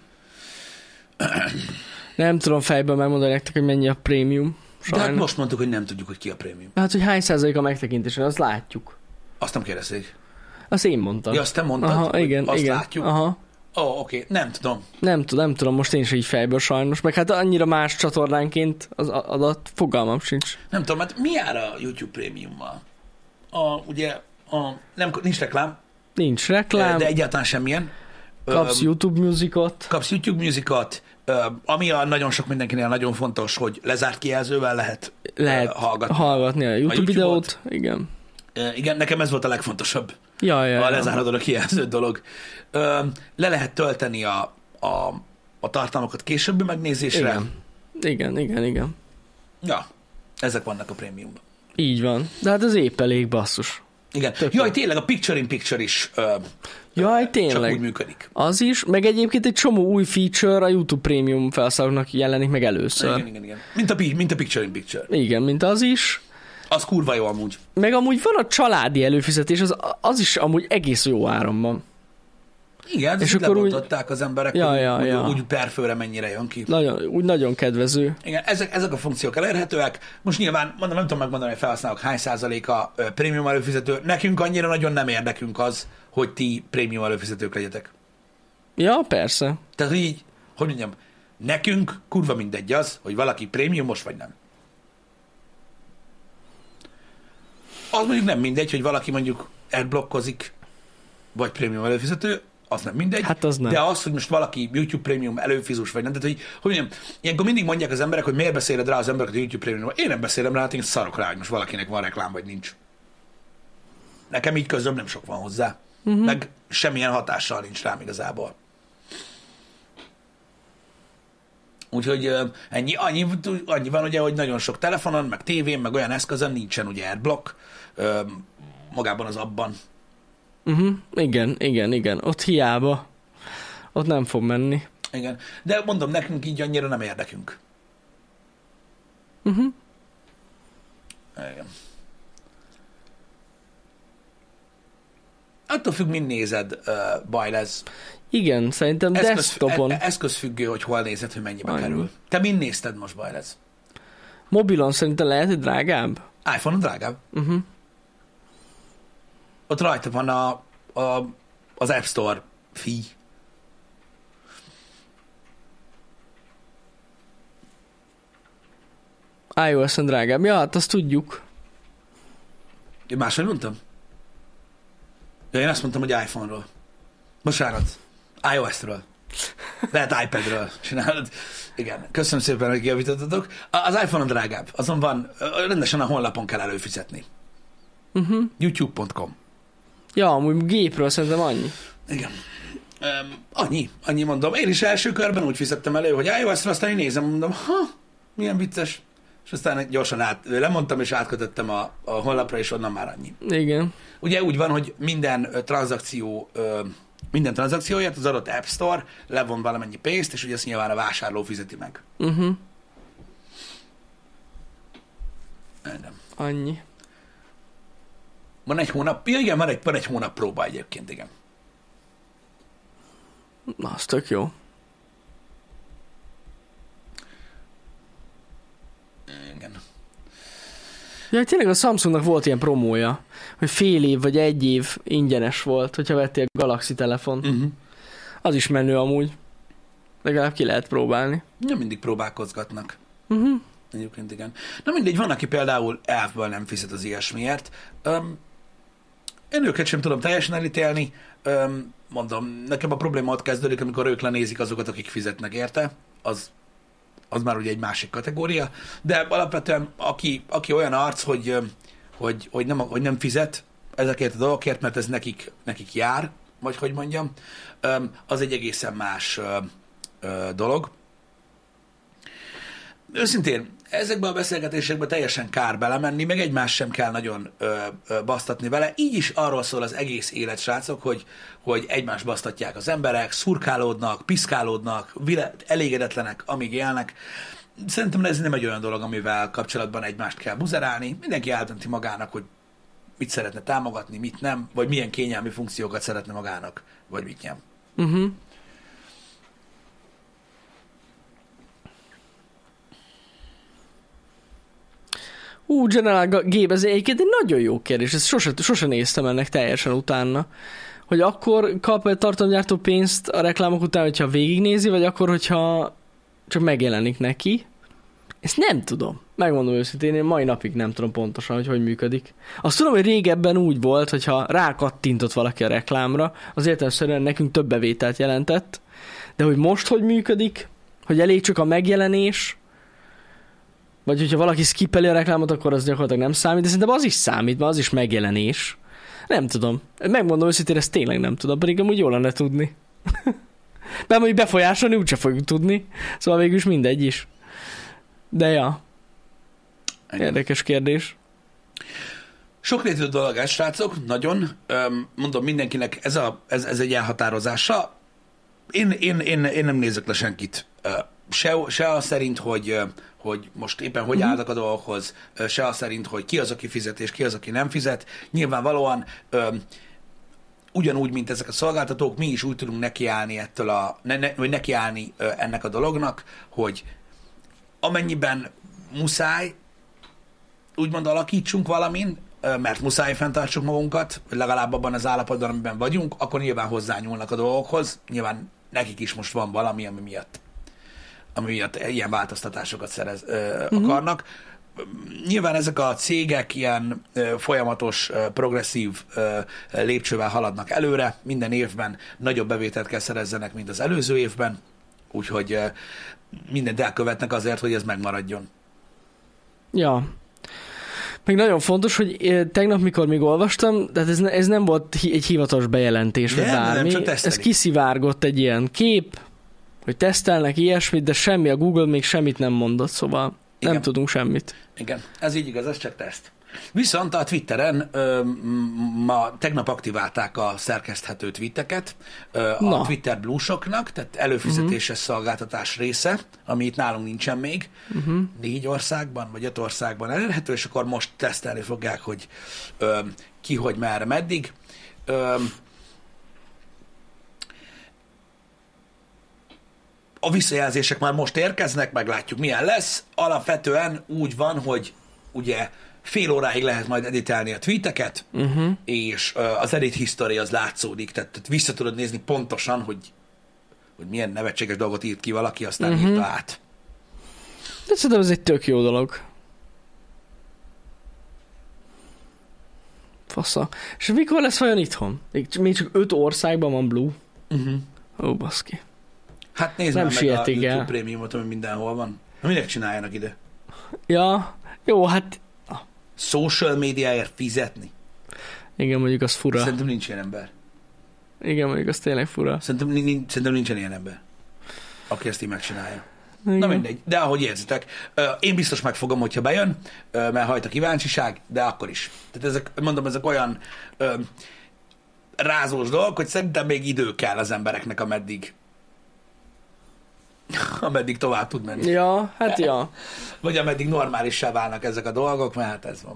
S1: Nem tudom fejben megmondani nektek, hogy mennyi a prémium.
S2: De hát
S1: Sajnos.
S2: most mondtuk, hogy nem tudjuk, hogy ki a prémium.
S1: Hát, hogy hány százalék a megtekintésen, azt látjuk.
S2: Azt nem kérdezték.
S1: Azt én mondtam.
S2: Ja, azt te mondtad,
S1: Aha,
S2: hogy
S1: igen,
S2: azt
S1: igen.
S2: látjuk?
S1: Aha.
S2: Ó, oh, oké, okay. Nem tudom.
S1: Nem tudom, nem tudom, most én is így fejből sajnos. Meg hát annyira más csatornánként az adat fogalmam sincs.
S2: Nem tudom, hát mi jár a YouTube prémiummal? A, ugye, a, nem, nincs reklám,
S1: Nincs reklám,
S2: de egyáltalán semmilyen.
S1: kapsz
S2: Ö,
S1: YouTube musicot.
S2: kapsz YouTube musicot, ö, ami a nagyon sok mindenkinél nagyon fontos, hogy lezárt kijelzővel lehet,
S1: Lehet
S2: ö, hallgatni.
S1: hallgatni a YouTube,
S2: YouTube-ot.
S1: videót. Igen.
S2: Ö, igen, nekem ez volt a legfontosabb.
S1: Ja, ja,
S2: A
S1: ja.
S2: lezáradod a kijelző dolog. Ö, le lehet tölteni a, a, a tartalmakat későbbi megnézésre.
S1: Igen. Igen, igen, igen.
S2: Ja, ezek vannak a prémiumban.
S1: Így van. De hát ez épp elég basszus.
S2: Igen.
S1: Tök
S2: Jaj,
S1: jó.
S2: tényleg a Picture in Picture is ö,
S1: Jaj,
S2: csak
S1: tényleg.
S2: úgy működik.
S1: Az is, meg egyébként egy csomó új feature a YouTube Premium felszállóknak jelenik meg először.
S2: Igen, igen, igen. Mint a, pi- mint a Picture in Picture.
S1: Igen, mint az is.
S2: Az kurva jó amúgy.
S1: Meg amúgy van a családi előfizetés, az, az is amúgy egész jó áron van.
S2: Igen,
S1: És
S2: és
S1: akkor
S2: akkor
S1: úgy-
S2: lebontották az emberek,
S1: Ja,
S2: hogy
S1: ja,
S2: úgy,
S1: ja.
S2: úgy per főre mennyire jön ki.
S1: Nagyon, úgy nagyon kedvező.
S2: Igen, ezek, ezek a funkciók elérhetőek. Most nyilván, mondom, nem tudom megmondani, hogy felhasználók hány százaléka ö, prémium előfizető. Nekünk annyira nagyon nem érdekünk az, hogy ti prémium előfizetők legyetek.
S1: Ja, persze.
S2: Tehát így, hogy mondjam, nekünk kurva mindegy az, hogy valaki prémiumos vagy nem. Az mondjuk nem mindegy, hogy valaki mondjuk adblockozik, vagy prémium előfizető, az nem mindegy.
S1: Hát az nem.
S2: De az, hogy most valaki YouTube prémium előfizus vagy nem, tehát hogy, hogy mondjam, ilyenkor mindig mondják az emberek, hogy miért beszéled rá az embereket a YouTube prémium. Én nem beszélem rá, hát én szarok rá, hogy most valakinek van reklám, vagy nincs. Nekem így közöm nem sok van hozzá. Uh-huh. Meg semmilyen hatással nincs rám igazából. Úgyhogy ö, ennyi, annyi, annyi van ugye, hogy nagyon sok telefonon, meg tévén, meg olyan eszközön nincsen ugye adblock ö, magában az abban.
S1: Uh-huh. Igen, igen, igen. Ott hiába. Ott nem fog menni.
S2: Igen. De mondom, nekünk így annyira nem érdekünk.
S1: Uh-huh.
S2: Igen. Attól függ, mind nézed, uh, baj lesz.
S1: Igen, szerintem
S2: Eszköz,
S1: desktopon.
S2: e- eszközfüggő, hogy hol nézed, hogy mennyibe
S1: Annyi.
S2: kerül. Te mind nézted most, baj lesz?
S1: Mobilon szerintem lehet, hogy drágább.
S2: iPhone-on drágább.
S1: Uh-huh.
S2: Ott rajta van a, a, az App Store fee.
S1: iOS-en drágább. Ja, hát azt tudjuk.
S2: Én máshogy mondtam? Ja, én azt mondtam, hogy iPhone-ról. Bocsánat. iOS-ről. Lehet iPad-ről csinálod. Igen. Köszönöm szépen, hogy kijavítottatok. Az iPhone-on drágább. Azon van, rendesen a honlapon kell előfizetni.
S1: Uh-huh.
S2: youtube pont com.
S1: Ja, amúgy gépről szerintem annyi.
S2: Igen. Um, annyi, annyi mondom. Én is első körben úgy fizettem elő, hogy iOS-ra, aztán én nézem, mondom, ha, milyen vicces. És aztán gyorsan át, lemondtam, és átkötöttem a, a honlapra, és onnan már annyi.
S1: Igen.
S2: Ugye úgy van, hogy minden ö, tranzakció, ö, minden tranzakcióját az adott App Store levon valamennyi pénzt, és ugye ezt nyilván a vásárló fizeti meg.
S1: Uh-huh.
S2: Nem.
S1: Annyi.
S2: Van egy hónap, ja, igen, van egy, van egy hónap próba egyébként, igen.
S1: Na, az tök jó.
S2: Igen.
S1: Ja, tényleg a Samsungnak volt ilyen promója, hogy fél év vagy egy év ingyenes volt, hogyha vettél Galaxy telefont.
S2: Uh-huh.
S1: Az is menő amúgy. Legalább ki lehet próbálni.
S2: Ja, mindig próbálkozgatnak.
S1: Uh-huh.
S2: Egyébként igen. Na mindegy, van, aki például elfből nem fizet az ilyesmiért. Um, Én őket sem tudom teljesen elítélni. Öm, mondom, nekem a probléma ott kezdődik, amikor ők lenézik azokat, akik fizetnek érte. Az, az már ugye egy másik kategória. De alapvetően, aki, aki olyan arc, hogy, hogy, hogy, nem, hogy nem fizet ezekért a dolgokért, mert ez nekik, nekik jár, vagy hogy mondjam, az egy egészen más dolog. Őszintén, ezekben a beszélgetésekben teljesen kár belemenni, meg egymást sem kell nagyon ö, ö, basztatni vele. Így is arról szól az egész élet, srácok, hogy, hogy egymást basztatják az emberek, szurkálódnak, piszkálódnak, vile- elégedetlenek, amíg élnek. Szerintem ez nem egy olyan dolog, amivel kapcsolatban egymást kell buzerálni. Mindenki eldönti magának, hogy mit szeretne támogatni, mit nem, vagy milyen kényelmi funkciókat szeretne magának, vagy mit nem.
S1: Uh-huh. Ú, General Gabe, ez egyébként egy nagyon jó kérdés, ezt sose, sose néztem ennek teljesen utána, hogy akkor kap egy tartalomgyártó pénzt a reklámok után, hogyha végignézi, vagy akkor, hogyha csak megjelenik neki. Ezt nem tudom. Megmondom őszintén, én mai napig nem tudom pontosan, hogy hogy működik. Azt tudom, hogy régebben úgy volt, hogyha rákattintott valaki a reklámra, az értelemszerűen nekünk több bevételt jelentett, de hogy most hogy működik, hogy elég csak a megjelenés, vagy hogyha valaki skippeli a reklámot, akkor az gyakorlatilag nem számít, de szerintem az is számít, mert az is megjelenés. Nem tudom. Megmondom őszintén, ezt tényleg nem tudom, pedig amúgy jól lenne tudni. Mert mondjuk befolyásolni úgyse fogjuk tudni, szóval végülis mindegy is. De ja. Érdekes kérdés.
S2: Sokrétű dolog ez, srácok, nagyon. Mondom mindenkinek, ez, a, ez, ez egy elhatározása. Én, én, én, én nem nézek le senkit. Se, se az szerint, hogy, hogy most éppen hogy állnak a dolgokhoz, se az szerint, hogy ki az, aki fizet, és ki az, aki nem fizet. Nyilvánvalóan ugyanúgy, mint ezek a szolgáltatók, mi is úgy tudunk nekiállni ettől a, ne, ne, vagy nekiállni ennek a dolognak, hogy amennyiben muszáj, úgymond alakítsunk valamin, mert muszáj fenntartsuk magunkat, vagy legalább abban az állapotban, amiben vagyunk, akkor nyilván hozzányúlnak a dolgokhoz. Nyilván nekik is most van valami, ami miatt, ami miatt ilyen változtatásokat szerez, ö, uh-huh. akarnak. Nyilván ezek a cégek ilyen ö, folyamatos, ö, progresszív ö, lépcsővel haladnak előre. Minden évben nagyobb bevételt kell szerezzenek, mint az előző évben. Úgyhogy ö, mindent elkövetnek azért, hogy ez megmaradjon.
S1: Ja. Meg nagyon fontos, hogy tegnap, mikor még olvastam, tehát ez, ne, ez nem volt egy hivatalos bejelentés, vagy bármi. Nem, ez kiszivárgott egy ilyen kép, hogy tesztelnek ilyesmit, de semmi, a Google még semmit nem mondott, szóval igen. Nem tudunk semmit.
S2: Igen, ez így igaz, ez csak teszt. Viszont a Twitteren ö, ma tegnap aktiválták a szerkeszthető tweeteket ö, a Na. Twitter Blue-soknak, tehát előfizetéses uh-huh. szolgáltatás része, ami itt nálunk nincsen még. Uh-huh. Négy országban, vagy öt országban elérhető, és akkor most tesztelni fogják, hogy ö, ki, hogy merre, meddig. Ö, a visszajelzések már most érkeznek, meglátjuk milyen lesz. Alapvetően úgy van, hogy ugye fél óráig lehet majd editálni a tweeteket, uh-huh. és uh, az edit history az látszódik, tehát, tehát vissza tudod nézni pontosan, hogy, hogy milyen nevetséges dolgot írt ki valaki, aztán uh-huh. írta át.
S1: De szerintem ez egy tök jó dolog. Fasza. És mikor lesz vajon itthon? Még csak öt országban van Blue? Uh-huh. Ó, baszki.
S2: Hát nézd már meg a YouTube Premiumot, ami mindenhol van. Minek csináljanak ide?
S1: Ja, jó, hát...
S2: Social médiáért fizetni?
S1: Igen, mondjuk az fura.
S2: Szerintem nincs ilyen ember.
S1: Igen, mondjuk az tényleg fura.
S2: Szerintem, nincs, szerintem nincsen ilyen ember, aki ezt így megcsinálja. Igen. Na mindegy, de ahogy érzitek, én biztos megfogom, hogyha bejön, mert hajt a kíváncsiság, de akkor is. Tehát ezek, mondom, ezek olyan ö, rázós dolgok, hogy szerintem még idő kell az embereknek, ameddig ameddig tovább tud menni.
S1: Ja, hát ja.
S2: Vagy ameddig normálissá válnak ezek a dolgok, mert hát ez van.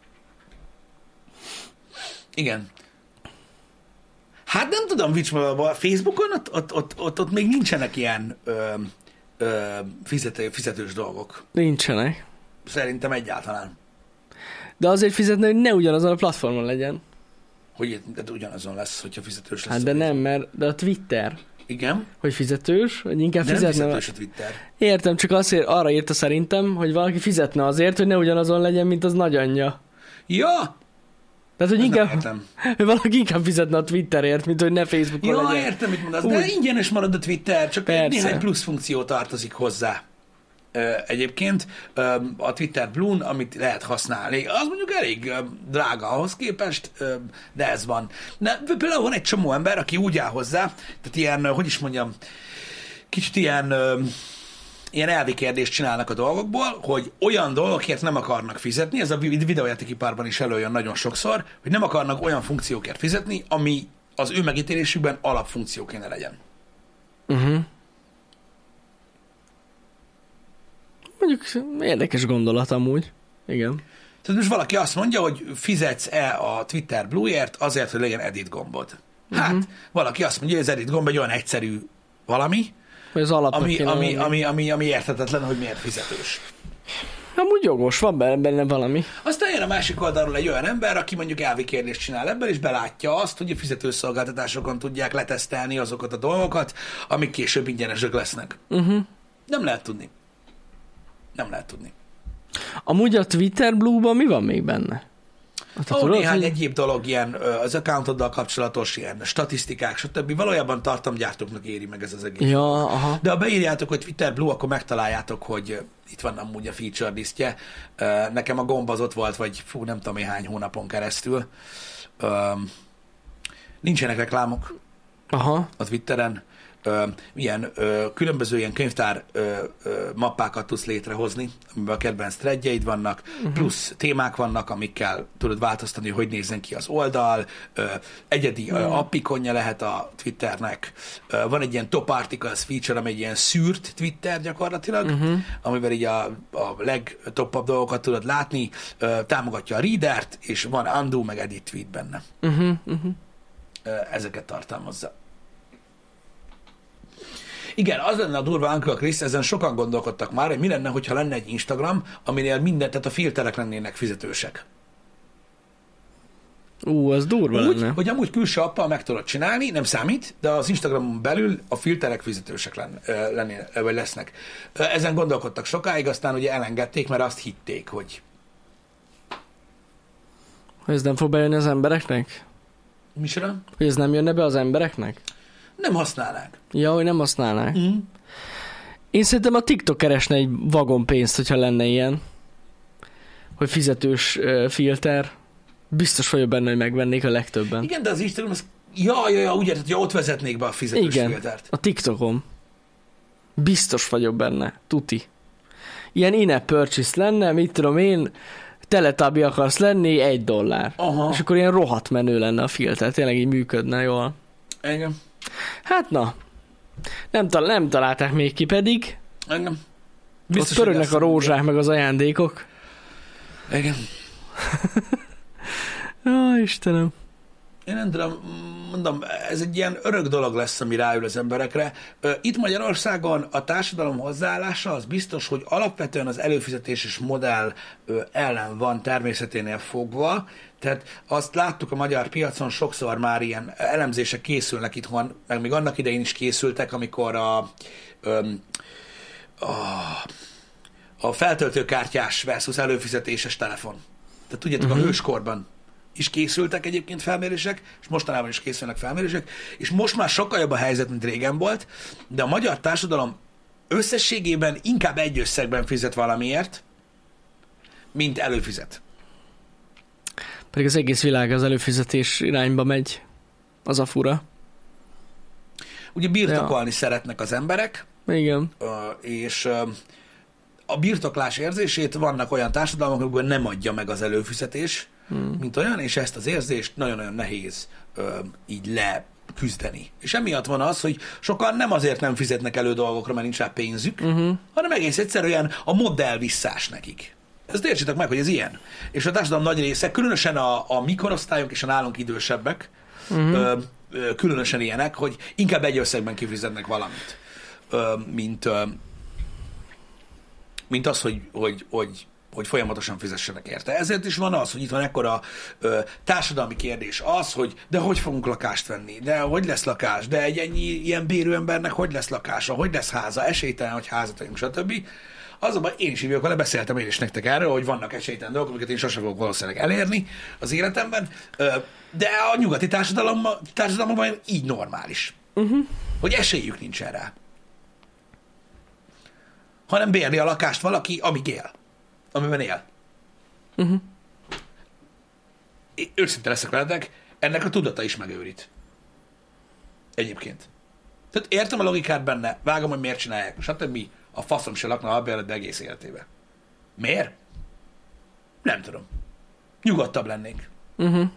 S2: Igen. Hát nem tudom, Vicsma, a Facebookon ott, ott, ott, ott, ott még nincsenek ilyen ö, ö, fizető, fizetős dolgok.
S1: Nincsenek.
S2: Szerintem egyáltalán.
S1: De azért fizetni, hogy ne ugyanazon a platformon legyen.
S2: Hogy de ugyanazon lesz, hogyha fizetős lesz.
S1: Hát de nem, mert de a Twitter...
S2: Igen.
S1: Hogy fizetős, hogy inkább
S2: nem
S1: fizetne.
S2: Nem fizetős a Twitter.
S1: Értem, csak azért arra írta szerintem, hogy valaki fizetne azért, hogy ne ugyanazon legyen, mint az nagyanyja.
S2: Ja!
S1: Tehát, hogy
S2: Ezt nem
S1: inkább,
S2: értem.
S1: hogy valaki inkább fizetne a Twitterért, mint hogy ne Facebookon
S2: Ja,
S1: legyen.
S2: értem, mit mondasz, de
S1: Úgy.
S2: ingyenes marad a Twitter, csak
S1: Persze.
S2: néhány plusz funkció tartozik hozzá. Ö, Egyébként ö, a Twitter Blue-n, amit lehet használni, az mondjuk elég ö, drága ahhoz képest, ö, de ez van. De például van egy csomó ember, aki úgy áll hozzá, tehát ilyen, ö, hogy is mondjam, kicsit ilyen, ö, ilyen elvi kérdést csinálnak a dolgokból, hogy olyan dolgokért nem akarnak fizetni, ez a vi- videójátékiparban is előjön nagyon sokszor, hogy nem akarnak olyan funkciókért fizetni, ami az ő megítélésükben alapfunkció kéne legyen.
S1: Uh-huh. Mondjuk érdekes gondolat amúgy. Igen.
S2: Tehát most valaki azt mondja, hogy fizetsz-e a Twitter Blue-ért azért, hogy legyen edit gombod. Hát, uh-huh. valaki azt mondja, hogy az edit gomb egy olyan egyszerű valami,
S1: Hogy az alapnak
S2: ami,
S1: kéne
S2: ami,
S1: lenni.
S2: ami, ami, ami érthetetlen, hogy miért fizetős.
S1: Amúgy jogos, van benne, benne valami.
S2: Aztán jön a másik oldalról egy olyan ember, aki mondjuk elvi kérdést csinál ebben, és belátja azt, hogy a fizetőszolgáltatásokon tudják letesztelni azokat a dolgokat, amik később ingyenesek lesznek.
S1: Uh-huh.
S2: Nem lehet tudni. Nem lehet tudni.
S1: Amúgy a Twitter Blue-ban mi van még benne? Hát,
S2: Ó,
S1: tudod,
S2: néhány
S1: hogy-
S2: egyéb dolog, ilyen ö, az accountoddal kapcsolatos, ilyen statisztikák, stb. Valójában tartalomgyártóknak éri meg ez az egész.
S1: Ja, aha.
S2: De ha beírjátok, hogy Twitter Blue, akkor megtaláljátok, hogy ö, itt van amúgy a feature listje. Ö, Nekem a gomb az ott volt, vagy fú, nem tudom én hány hónapon keresztül. Ö, Nincsenek reklámok
S1: Aha.
S2: a Twitteren. Ö, ilyen ö, különböző ilyen könyvtár ö, ö, mappákat tudsz létrehozni, amiben a kedvenc threadjeid vannak, uh-huh. plusz témák vannak, amikkel tudod változtatni, hogy nézzen ki az oldal, ö, egyedi uh-huh. appikonja lehet a Twitternek, ö, van egy ilyen top articles feature, ami egy ilyen szűrt Twitter gyakorlatilag, uh-huh. amivel így a, a legtoppabb dolgokat tudod látni, ö, támogatja a readert, és van undo meg edit tweet benne.
S1: Uh-huh, uh-huh.
S2: Ö, ezeket tartalmazza. Igen, az lenne a durva, Uncle Chris, ezen sokan gondolkodtak már, hogy mi lenne, hogyha lenne egy Instagram, aminél minden, tehát a filterek lennének fizetősek.
S1: Ú, az durva
S2: Úgy,
S1: lenne.
S2: hogy amúgy külső appal meg tudod csinálni, nem számít, de az Instagramon belül a filterek fizetősek lenne, lennének, vagy lesznek. Ezen gondolkodtak sokáig, aztán ugye elengedték, mert azt hitték, hogy
S1: Hogy ez nem fog bejönni az embereknek?
S2: micsoda?
S1: Hogy ez nem jönne be az embereknek?
S2: Nem használnák.
S1: Ja, hogy nem használnák.
S2: Mm.
S1: Én szerintem a TikTok keresne egy vagon pénzt, hogyha lenne ilyen. Hogy fizetős uh, filter. Biztos vagyok benne, hogy megvennék a legtöbben.
S2: Igen, de az Instagram, az... ja, ja, ja, úgy érted, hogy ott vezetnék be a fizetős
S1: Igen,
S2: filtert.
S1: a TikTokon. Biztos vagyok benne. Tuti. Ilyen in-app purchase lenne, mit tudom én, Teletubby akarsz lenni, egy dollár.
S2: Aha.
S1: És akkor ilyen rohadt menő lenne a filter. Tényleg így működne jól.
S2: Igen.
S1: Hát na. Nem, tal- nem találták még ki pedig.
S2: Igen.
S1: Biztos,
S2: hogy
S1: pörögnek
S2: lesz
S1: a rózsák meg az ajándékok.
S2: Igen.
S1: Ó, Istenem.
S2: Én nem tudom, mondom, ez egy ilyen örök dolog lesz, ami ráül az emberekre. Itt Magyarországon a társadalom hozzáállása az biztos, hogy alapvetően az előfizetéses modell ellen van természeténél fogva, tehát azt láttuk a magyar piacon, sokszor már ilyen elemzések készülnek itthon, meg még annak idején is készültek, amikor a, a, a feltöltőkártyás versus előfizetéses telefon. Tehát tudjátok, uh-huh. a hőskorban is készültek egyébként felmérések, és mostanában is készülnek felmérések, és most már sokkal jobb a helyzet, mint régen volt, de a magyar társadalom összességében inkább egy összegben fizet valamiért, mint előfizet.
S1: Pedig az egész világ az előfizetés irányba megy. Az a fura.
S2: Ugye birtokolni ja. szeretnek az emberek,
S1: Igen.
S2: és a birtoklás érzését vannak olyan társadalmak, amikor nem adja meg az előfizetés, hmm. mint olyan, és ezt az érzést nagyon-nagyon nehéz így leküzdeni. És emiatt van az, hogy sokan nem azért nem fizetnek elő dolgokra, mert nincs rá pénzük, uh-huh. hanem egész egyszerűen a modell visszás nekik. Ezt értsétek meg, hogy ez ilyen. És a társadalom nagy része, különösen a, a mi korosztályok és a nálunk idősebbek, uh-huh. ö, ö, különösen ilyenek, hogy inkább egy összegben kifizetnek valamit, ö, mint, ö, mint az, hogy, hogy, hogy, hogy folyamatosan fizessenek érte. Ezért is van az, hogy itt van ekkora ö, társadalmi kérdés. Az, hogy de hogy fogunk lakást venni, de hogy lesz lakás, de egy ennyi ilyen bérő embernek hogy lesz lakása, hogy lesz háza, esélytelen, hogy házat vagyunk, stb. Azonban én is hívjuk vele, beszéltem én is nektek erről, hogy vannak esélytelen dolgok, amiket én sosem fogok valószínűleg elérni az életemben, de a nyugati társadalomban, társadalomban így normális. Uh-huh. Hogy esélyük nincsen rá. Hanem bérli a lakást valaki, amíg él. Amiben él. Uh-huh. Őszinte leszek veletek, ennek a tudata is megőrít. Egyébként. Tehát értem a logikát benne, vágom, hogy miért csinálják, stb. A faszom se lakna albérletbe egész életébe. Miért? Nem tudom. Nyugodtabb lennék. Uh-huh.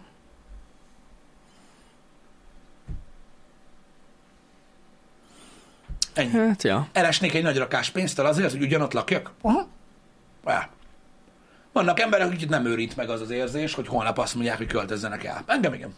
S2: Ennyi.
S1: Hát, ja.
S2: Elesnék egy nagy rakás pénztel azért, hogy ugyanott lakjak? Aha. Ja. Vannak emberek, akik nem őrít meg az az érzés, hogy holnap azt mondják, hogy költözzenek el. Engem igen.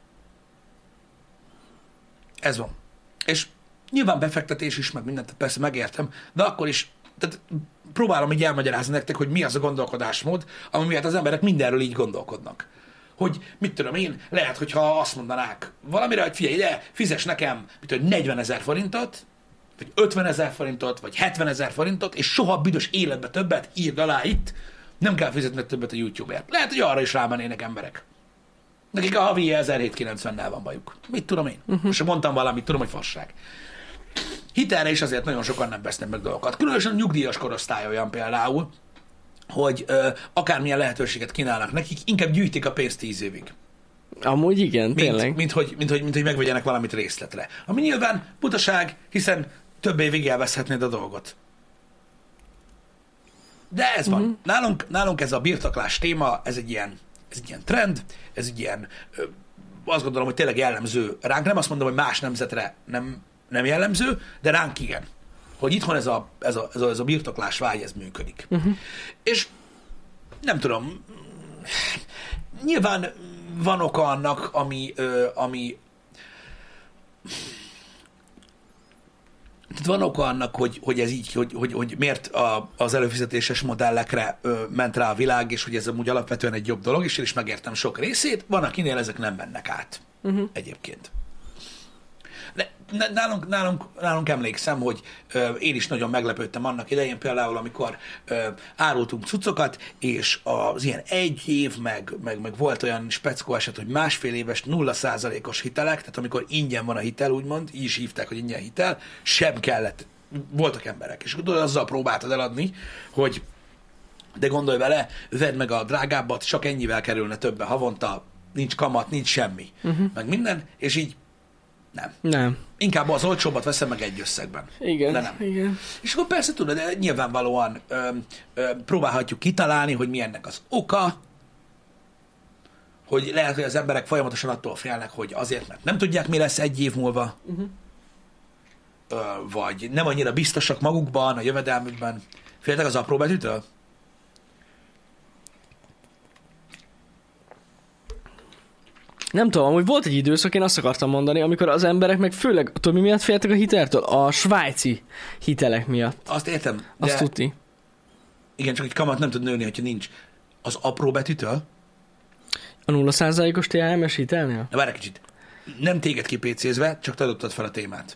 S2: Ez van. És nyilván befektetés is, meg mindent persze megértem, de akkor is tehát próbálom így elmagyarázni nektek, hogy mi az a gondolkodásmód, ami miatt az emberek mindenről így gondolkodnak. Hogy mit tudom én, lehet, hogyha azt mondanák valamire, hogy figyelj ide, fizes nekem mit tudom, negyvenezer forintot, vagy ötvenezer forintot, vagy hetvenezer forintot, és soha büdös életbe többet írd alá itt, nem kell fizetned többet a YouTube-ért. Lehet, hogy arra is rámennének emberek. Nekik a havi ezerhétszázkilencvennel van bajuk. Mit tudom én? Uh-huh. Most mondtam valamit, tudom, hogy fasság. Hitelre is azért nagyon sokan nem vesznek meg dolgokat. Különösen a nyugdíjas korosztály olyan például, hogy ö, akármilyen lehetőséget kínálnak nekik, inkább gyűjtik a pénzt tíz évig.
S1: Amúgy igen,
S2: mint,
S1: tényleg.
S2: Mint hogy, mint, hogy, mint hogy megvegyenek valamit részletre. Ami nyilván butaság, hiszen több évig elveszhetnéd a dolgot. De ez van. Uh-huh. Nálunk, nálunk ez a birtoklás téma, ez egy ilyen, ez egy ilyen trend, ez egy ilyen, ö, azt gondolom, hogy tényleg jellemző ránk. Nem azt mondom, hogy más nemzetre nem, nem jellemző, de ránk igen. Hogy itthon ez a, ez a, ez a, ez a birtoklás vágy, ez működik. Uh-huh. És nem tudom, nyilván van oka annak, ami, ö, ami tehát van oka annak, hogy, hogy ez így, hogy, hogy, hogy miért a, az előfizetéses modellekre ö, ment rá a világ, és hogy ez amúgy alapvetően egy jobb dolog, és én is megértem sok részét, van, akinél ezek nem mennek át uh-huh. egyébként. De nálunk, nálunk, nálunk emlékszem, hogy ö, én is nagyon meglepődtem annak idején például, amikor ö, árultunk cuccokat, és az ilyen egy év, meg, meg, meg volt olyan speckó eset, hogy másfél éves nulla százalékos hitelek, tehát amikor ingyen van a hitel, úgymond, így is hívták, hogy ingyen hitel, sem kellett, voltak emberek, és tudod, azzal próbáltad eladni, hogy de gondolj vele, vedd meg a drágábbat, csak ennyivel kerülne többe havonta, nincs kamat, nincs semmi, uh-huh. meg minden, és így nem.
S1: Nem.
S2: Inkább az olcsóbbat veszem meg egy összegben.
S1: Igen,
S2: de nem.
S1: igen.
S2: És akkor persze tudod, de nyilvánvalóan ö, ö, próbálhatjuk kitalálni, hogy mi ennek az oka, hogy lehet, hogy az emberek folyamatosan attól félnek, hogy azért, mert nem tudják, mi lesz egy év múlva, uh-huh. ö, vagy nem annyira biztosak magukban, a jövedelmükben. Féltek az apró betűtől?
S1: Nem tudom, amúgy volt egy időszak, én azt akartam mondani, amikor az emberek meg főleg, tudod mi miatt féltek a hiteltől? A svájci hitelek miatt.
S2: Azt értem. De
S1: azt tudni.
S2: Igen, csak egy kamat nem tud nőni, hogyha nincs. Az apró betűtől?
S1: A nulla százalékos té á em es hitelnél?
S2: Na várj egy kicsit. Nem téged kipécézve, csak te adoptad fel a témát.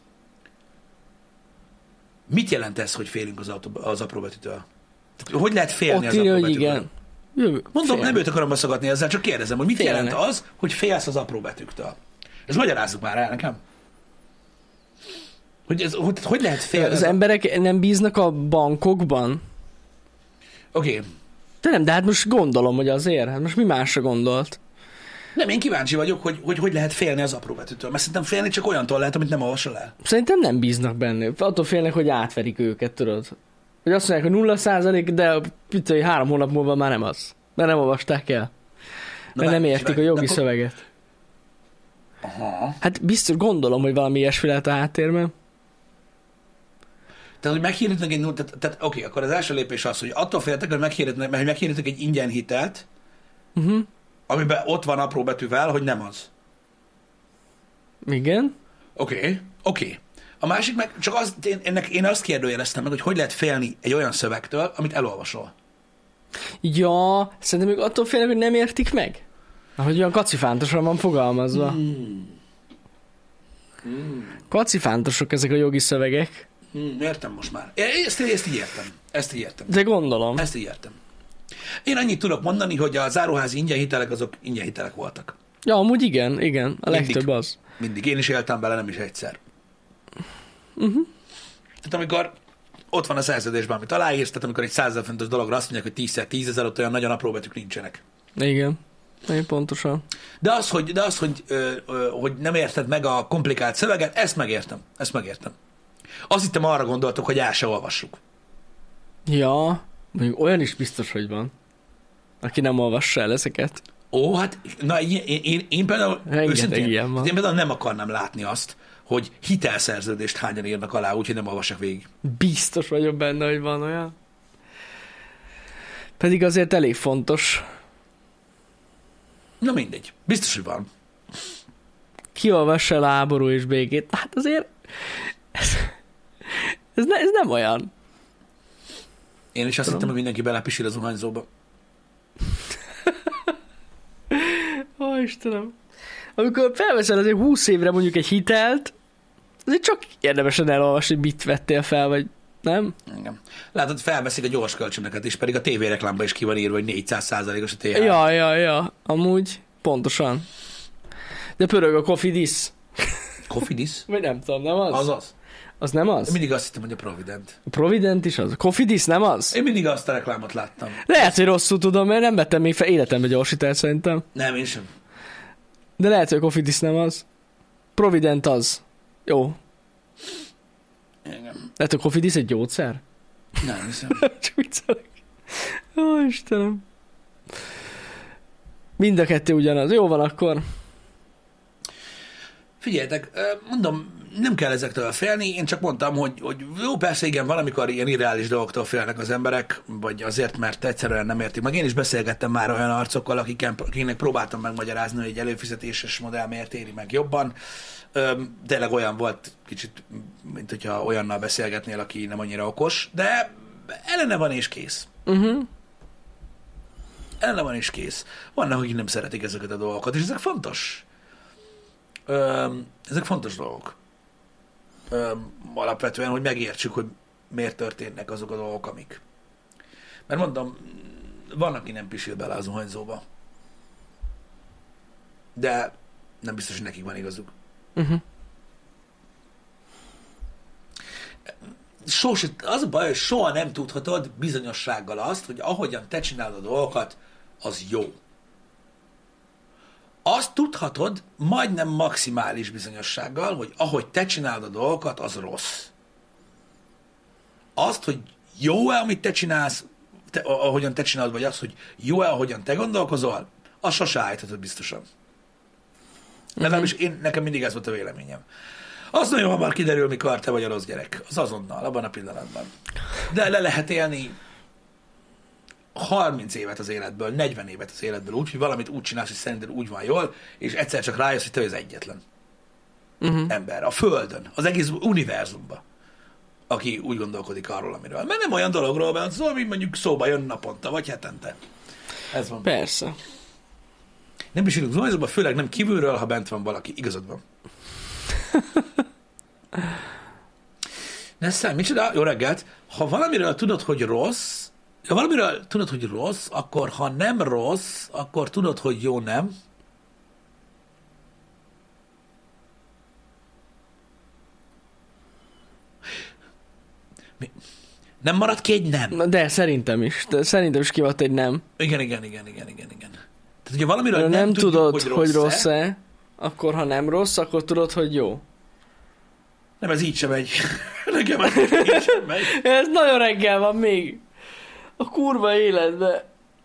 S2: Mit jelent ez, hogy félünk az, autó, az apró betűtől? Hogy lehet félni
S1: ott
S2: az apró
S1: betűtől?
S2: Igen.
S1: Jövő,
S2: Mondom, nem őt akarom baszogatni ezzel, csak kérdezem, hogy mit
S1: Félnek.
S2: jelent az, hogy félsz az apró betűktől. Ezt magyarázzuk már el nekem. Hogy, ez, hogy, hogy lehet félni?
S1: Az emberek nem bíznak a bankokban?
S2: Oké. Okay.
S1: De nem, de hát most gondolom, hogy azért. Hát most mi másra gondolt?
S2: Nem, én kíváncsi vagyok, hogy, hogy hogy lehet félni az apró betűtől. Mert szerintem félni csak olyantól lehet, amit nem olvasol el.
S1: Szerintem nem bíznak benne. Attól félnek, hogy átverik őket, tudod. Hogy azt mondják, hogy nulla százalék, de picai három hónap múlva már nem az. Mert nem olvasták el. Na mert nem értik a jogi akkor... szöveget.
S2: Aha.
S1: Hát biztos gondolom, hogy valami ilyesmi lehet a háttérben.
S2: Tehát, hogy meghirdetnek egy... Tehát, tehát oké, akkor az első lépés az, hogy attól féltek, hogy meghirdetnek, mert meghirdetnek egy ingyen hitelt, uh-huh. amiben ott van apró betűvel, hogy nem az.
S1: Igen.
S2: Oké, okay, oké. Okay. A másik meg, csak az, én, ennek, én azt kérdőjeleztem meg, hogy hogy lehet félni egy olyan szövegtől, amit elolvasol.
S1: Ja, szerintem ők attól félnek, hogy nem értik meg. Ahogy olyan kacifántosan van fogalmazva.
S2: Mm. Mm.
S1: Kacifántosok ezek a jogi szövegek.
S2: Mm, értem most már. Ezt, ezt így értem. Ezt így értem.
S1: De gondolom.
S2: Ezt így értem. Én annyit tudok mondani, hogy a záróházi ingyen hitelek azok ingyen hitelek voltak.
S1: Ja, amúgy igen, igen. A legtöbb
S2: Mindig.
S1: az.
S2: Mindig. Én is éltem bele, nem is egyszer.
S1: Uh-huh.
S2: Tehát amikor ott van a szerződésben, amit aláírsz, tehát amikor egy százezer fontos dologra azt mondják, hogy tízszer tízezer, ott olyan nagyon apró betűk nincsenek.
S1: Igen. Én pontosan.
S2: De az, hogy, de az, hogy, ö, ö, hogy nem érted meg a komplikált szöveget, ezt megértem. Ezt megértem. Azt hittem, arra gondoltok, hogy el se olvassuk.
S1: Ja, mondjuk olyan is biztos, hogy van. Aki nem olvassa el ezeket.
S2: Ó, hát, na, én, én, én, én például
S1: Rengeteg
S2: őszintén,
S1: ilyen van.
S2: én például nem akarnám látni azt, hogy hitelszerződést hányan írnak alá, úgyhogy nem olvassák végig.
S1: Biztos vagyok benne, hogy van olyan. Pedig azért elég fontos.
S2: Na mindegy. Biztos, hogy van.
S1: Ki olvassa el a háború és békét? Hát azért ez, ez, ne, ez nem olyan.
S2: Én is azt hittem, hogy mindenki belepisil a zuhanyzóba.
S1: Ó, Istenem. Amikor felveszel azért húsz évre mondjuk egy hitelt, azért csak érdemesen elolvasni, hogy mit vettél fel, vagy nem?
S2: Igen. Látod, felveszik a gyors kölcsönöket is, pedig a tévéreklámban is ki van írva, hogy négyszáz százalékos a té há.
S1: Ja, ja, ja. Amúgy pontosan. De pörög a Cofidis.
S2: Cofidis?
S1: Vagy nem tudom, nem az?
S2: Az az.
S1: Az nem az?
S2: Én mindig azt hittem, hogy a Provident.
S1: A Provident is az. A Cofidis nem az?
S2: Én mindig azt a reklámot láttam.
S1: Lehet, hogy rosszul tudom, mert nem vettem még fel életembe gyorsítelt szerintem.
S2: Nem, én sem.
S1: De lehet, hogy a Cofidis nem az. Provident az. Jó.
S2: Igen.
S1: Lehet, hogy a Cofidis egy gyógyszer?
S2: Nem hiszem.
S1: Csak viccelek. Ó, Istenem. Mind a kettő ugyanaz. Jó van akkor.
S2: Figyeljetek, mondom, nem kell ezektől félni, én csak mondtam, hogy, hogy jó, persze igen, valamikor ilyen irreális dolgoktól félnek az emberek, vagy azért, mert egyszerűen nem értik meg. Én is beszélgettem már olyan arcokkal, akiken, akiknek próbáltam megmagyarázni, hogy egy előfizetéses modell miért éri meg jobban. Öm, tényleg olyan volt kicsit, mint hogyha olyannal beszélgetnél, aki nem annyira okos, de ellene van és kész.
S1: Uh-huh.
S2: Ellene van és kész. Vannak, akik nem szeretik ezeket a dolgokat, és ezek fontos. Öm, ezek fontos dolgok. Öm, alapvetően, hogy megértsük, hogy miért történnek azok a dolgok, amik. Mert mondom, van, aki nem pisil bele a zuhanyzóba. De nem biztos, hogy nekik van igazuk.
S1: Uh-huh.
S2: Sose, az a baj, hogy soha nem tudhatod bizonyossággal azt, hogy ahogyan te csinálod a dolgokat, az jó. Azt tudhatod majdnem maximális bizonyossággal, hogy ahogy te csinálod a dolgokat, az rossz. Azt, hogy jó-e, amit te csinálsz, te, ahogyan te csinálod, vagy az, hogy jó-e, ahogyan te gondolkozol, azt sose állíthatod biztosan. Legalábbis én, nekem mindig ez volt a véleményem. Az nagyon hamar kiderül, mikor te vagy a rossz gyerek. Az azonnal, abban a pillanatban. De le lehet élni harminc évet az életből, negyven évet az életből úgy, hogy valamit úgy csinálsz, hogy szerinted úgy van jól, és egyszer csak rájössz, hogy te vagy az egyetlen
S1: Uh-huh.
S2: ember a Földön, az egész univerzumban, aki úgy gondolkodik arról, amiről. Mert nem olyan dologról van szó, ami mondjuk szóba jön naponta, vagy hetente. Ez van.
S1: Persze.
S2: Nem is írunk zuhanyzóba, főleg nem kívülről, ha bent van valaki. Igazad van. Nessel, micsoda? Jó reggelt. Ha valamiről tudod, hogy rossz, ha valamiről tudod, hogy rossz, akkor ha nem rossz, akkor tudod, hogy jó nem. Mi? Nem maradt ki egy nem?
S1: Na, de szerintem is. De szerintem is kimaradt egy nem.
S2: Igen, igen, igen, igen, igen, igen. Tehát, hogyha valamiről
S1: Ha
S2: nem,
S1: nem
S2: tudjuk,
S1: tudod,
S2: hogy
S1: hogy
S2: rossz-e,
S1: rossz-e, akkor ha nem rossz, akkor tudod, hogy jó.
S2: nem, ez így sem megy. Nekem ez így sem megy.
S1: Ez nagyon reggel van még. A kurva életbe.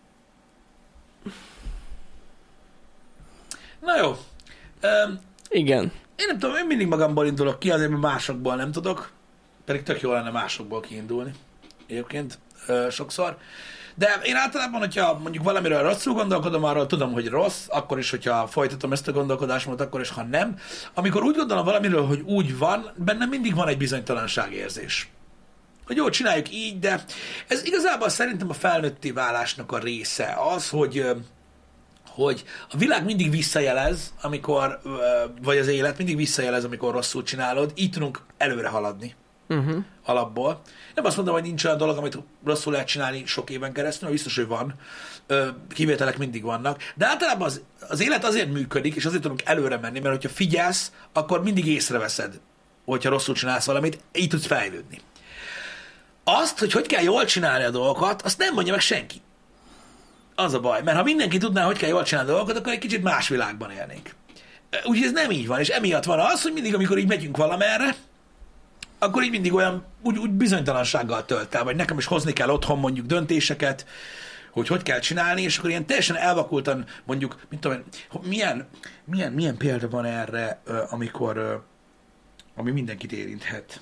S2: Na jó. Um,
S1: Igen.
S2: én nem tudom, én mindig magamból indulok ki, azért, mert másokból nem tudok. Pedig tök jó lenne másokból kiindulni. Egyébként ö, sokszor. De én általában, hogyha mondjuk valamiről rosszul gondolkodom, arról tudom, hogy rossz, akkor is, hogyha folytatom ezt a gondolkodásmódot, akkor is, ha nem. Amikor úgy gondolom valamiről, hogy úgy van, bennem mindig van egy bizonytalanságérzés. hogy jó, csináljuk így, de ez igazából szerintem a felnőtté válásnak a része az, hogy hogy a világ mindig visszajelez, amikor, vagy az élet mindig visszajelez, amikor rosszul csinálod, így tudunk előre haladni uh-huh. alapból. Nem azt mondom, hogy nincs olyan dolog, amit rosszul lehet csinálni sok éven keresztül, mert biztos, hogy van. Kivételek mindig vannak. De általában az, az élet azért működik, és azért tudunk előre menni, mert hogyha figyelsz, akkor mindig észreveszed, hogyha rosszul csinálsz valamit, így tudsz fejlődni. Azt, hogy hogy kell jól csinálni a dolgokat, azt nem mondja meg senki. Az a baj, mert ha mindenki tudná, hogy kell jól csinálni a dolgokat, akkor egy kicsit más világban élnénk. Úgyhogy ez nem így van, és emiatt van az, hogy mindig, amikor így megyünk valamerre, akkor így mindig olyan, úgy, úgy bizonytalansággal tölt el, vagy nekem is hozni kell otthon mondjuk döntéseket, hogy hogy kell csinálni, és akkor ilyen teljesen elvakultan mondjuk, mint tudom, milyen, milyen, milyen példa van erre, amikor, ami mindenkit érinthet.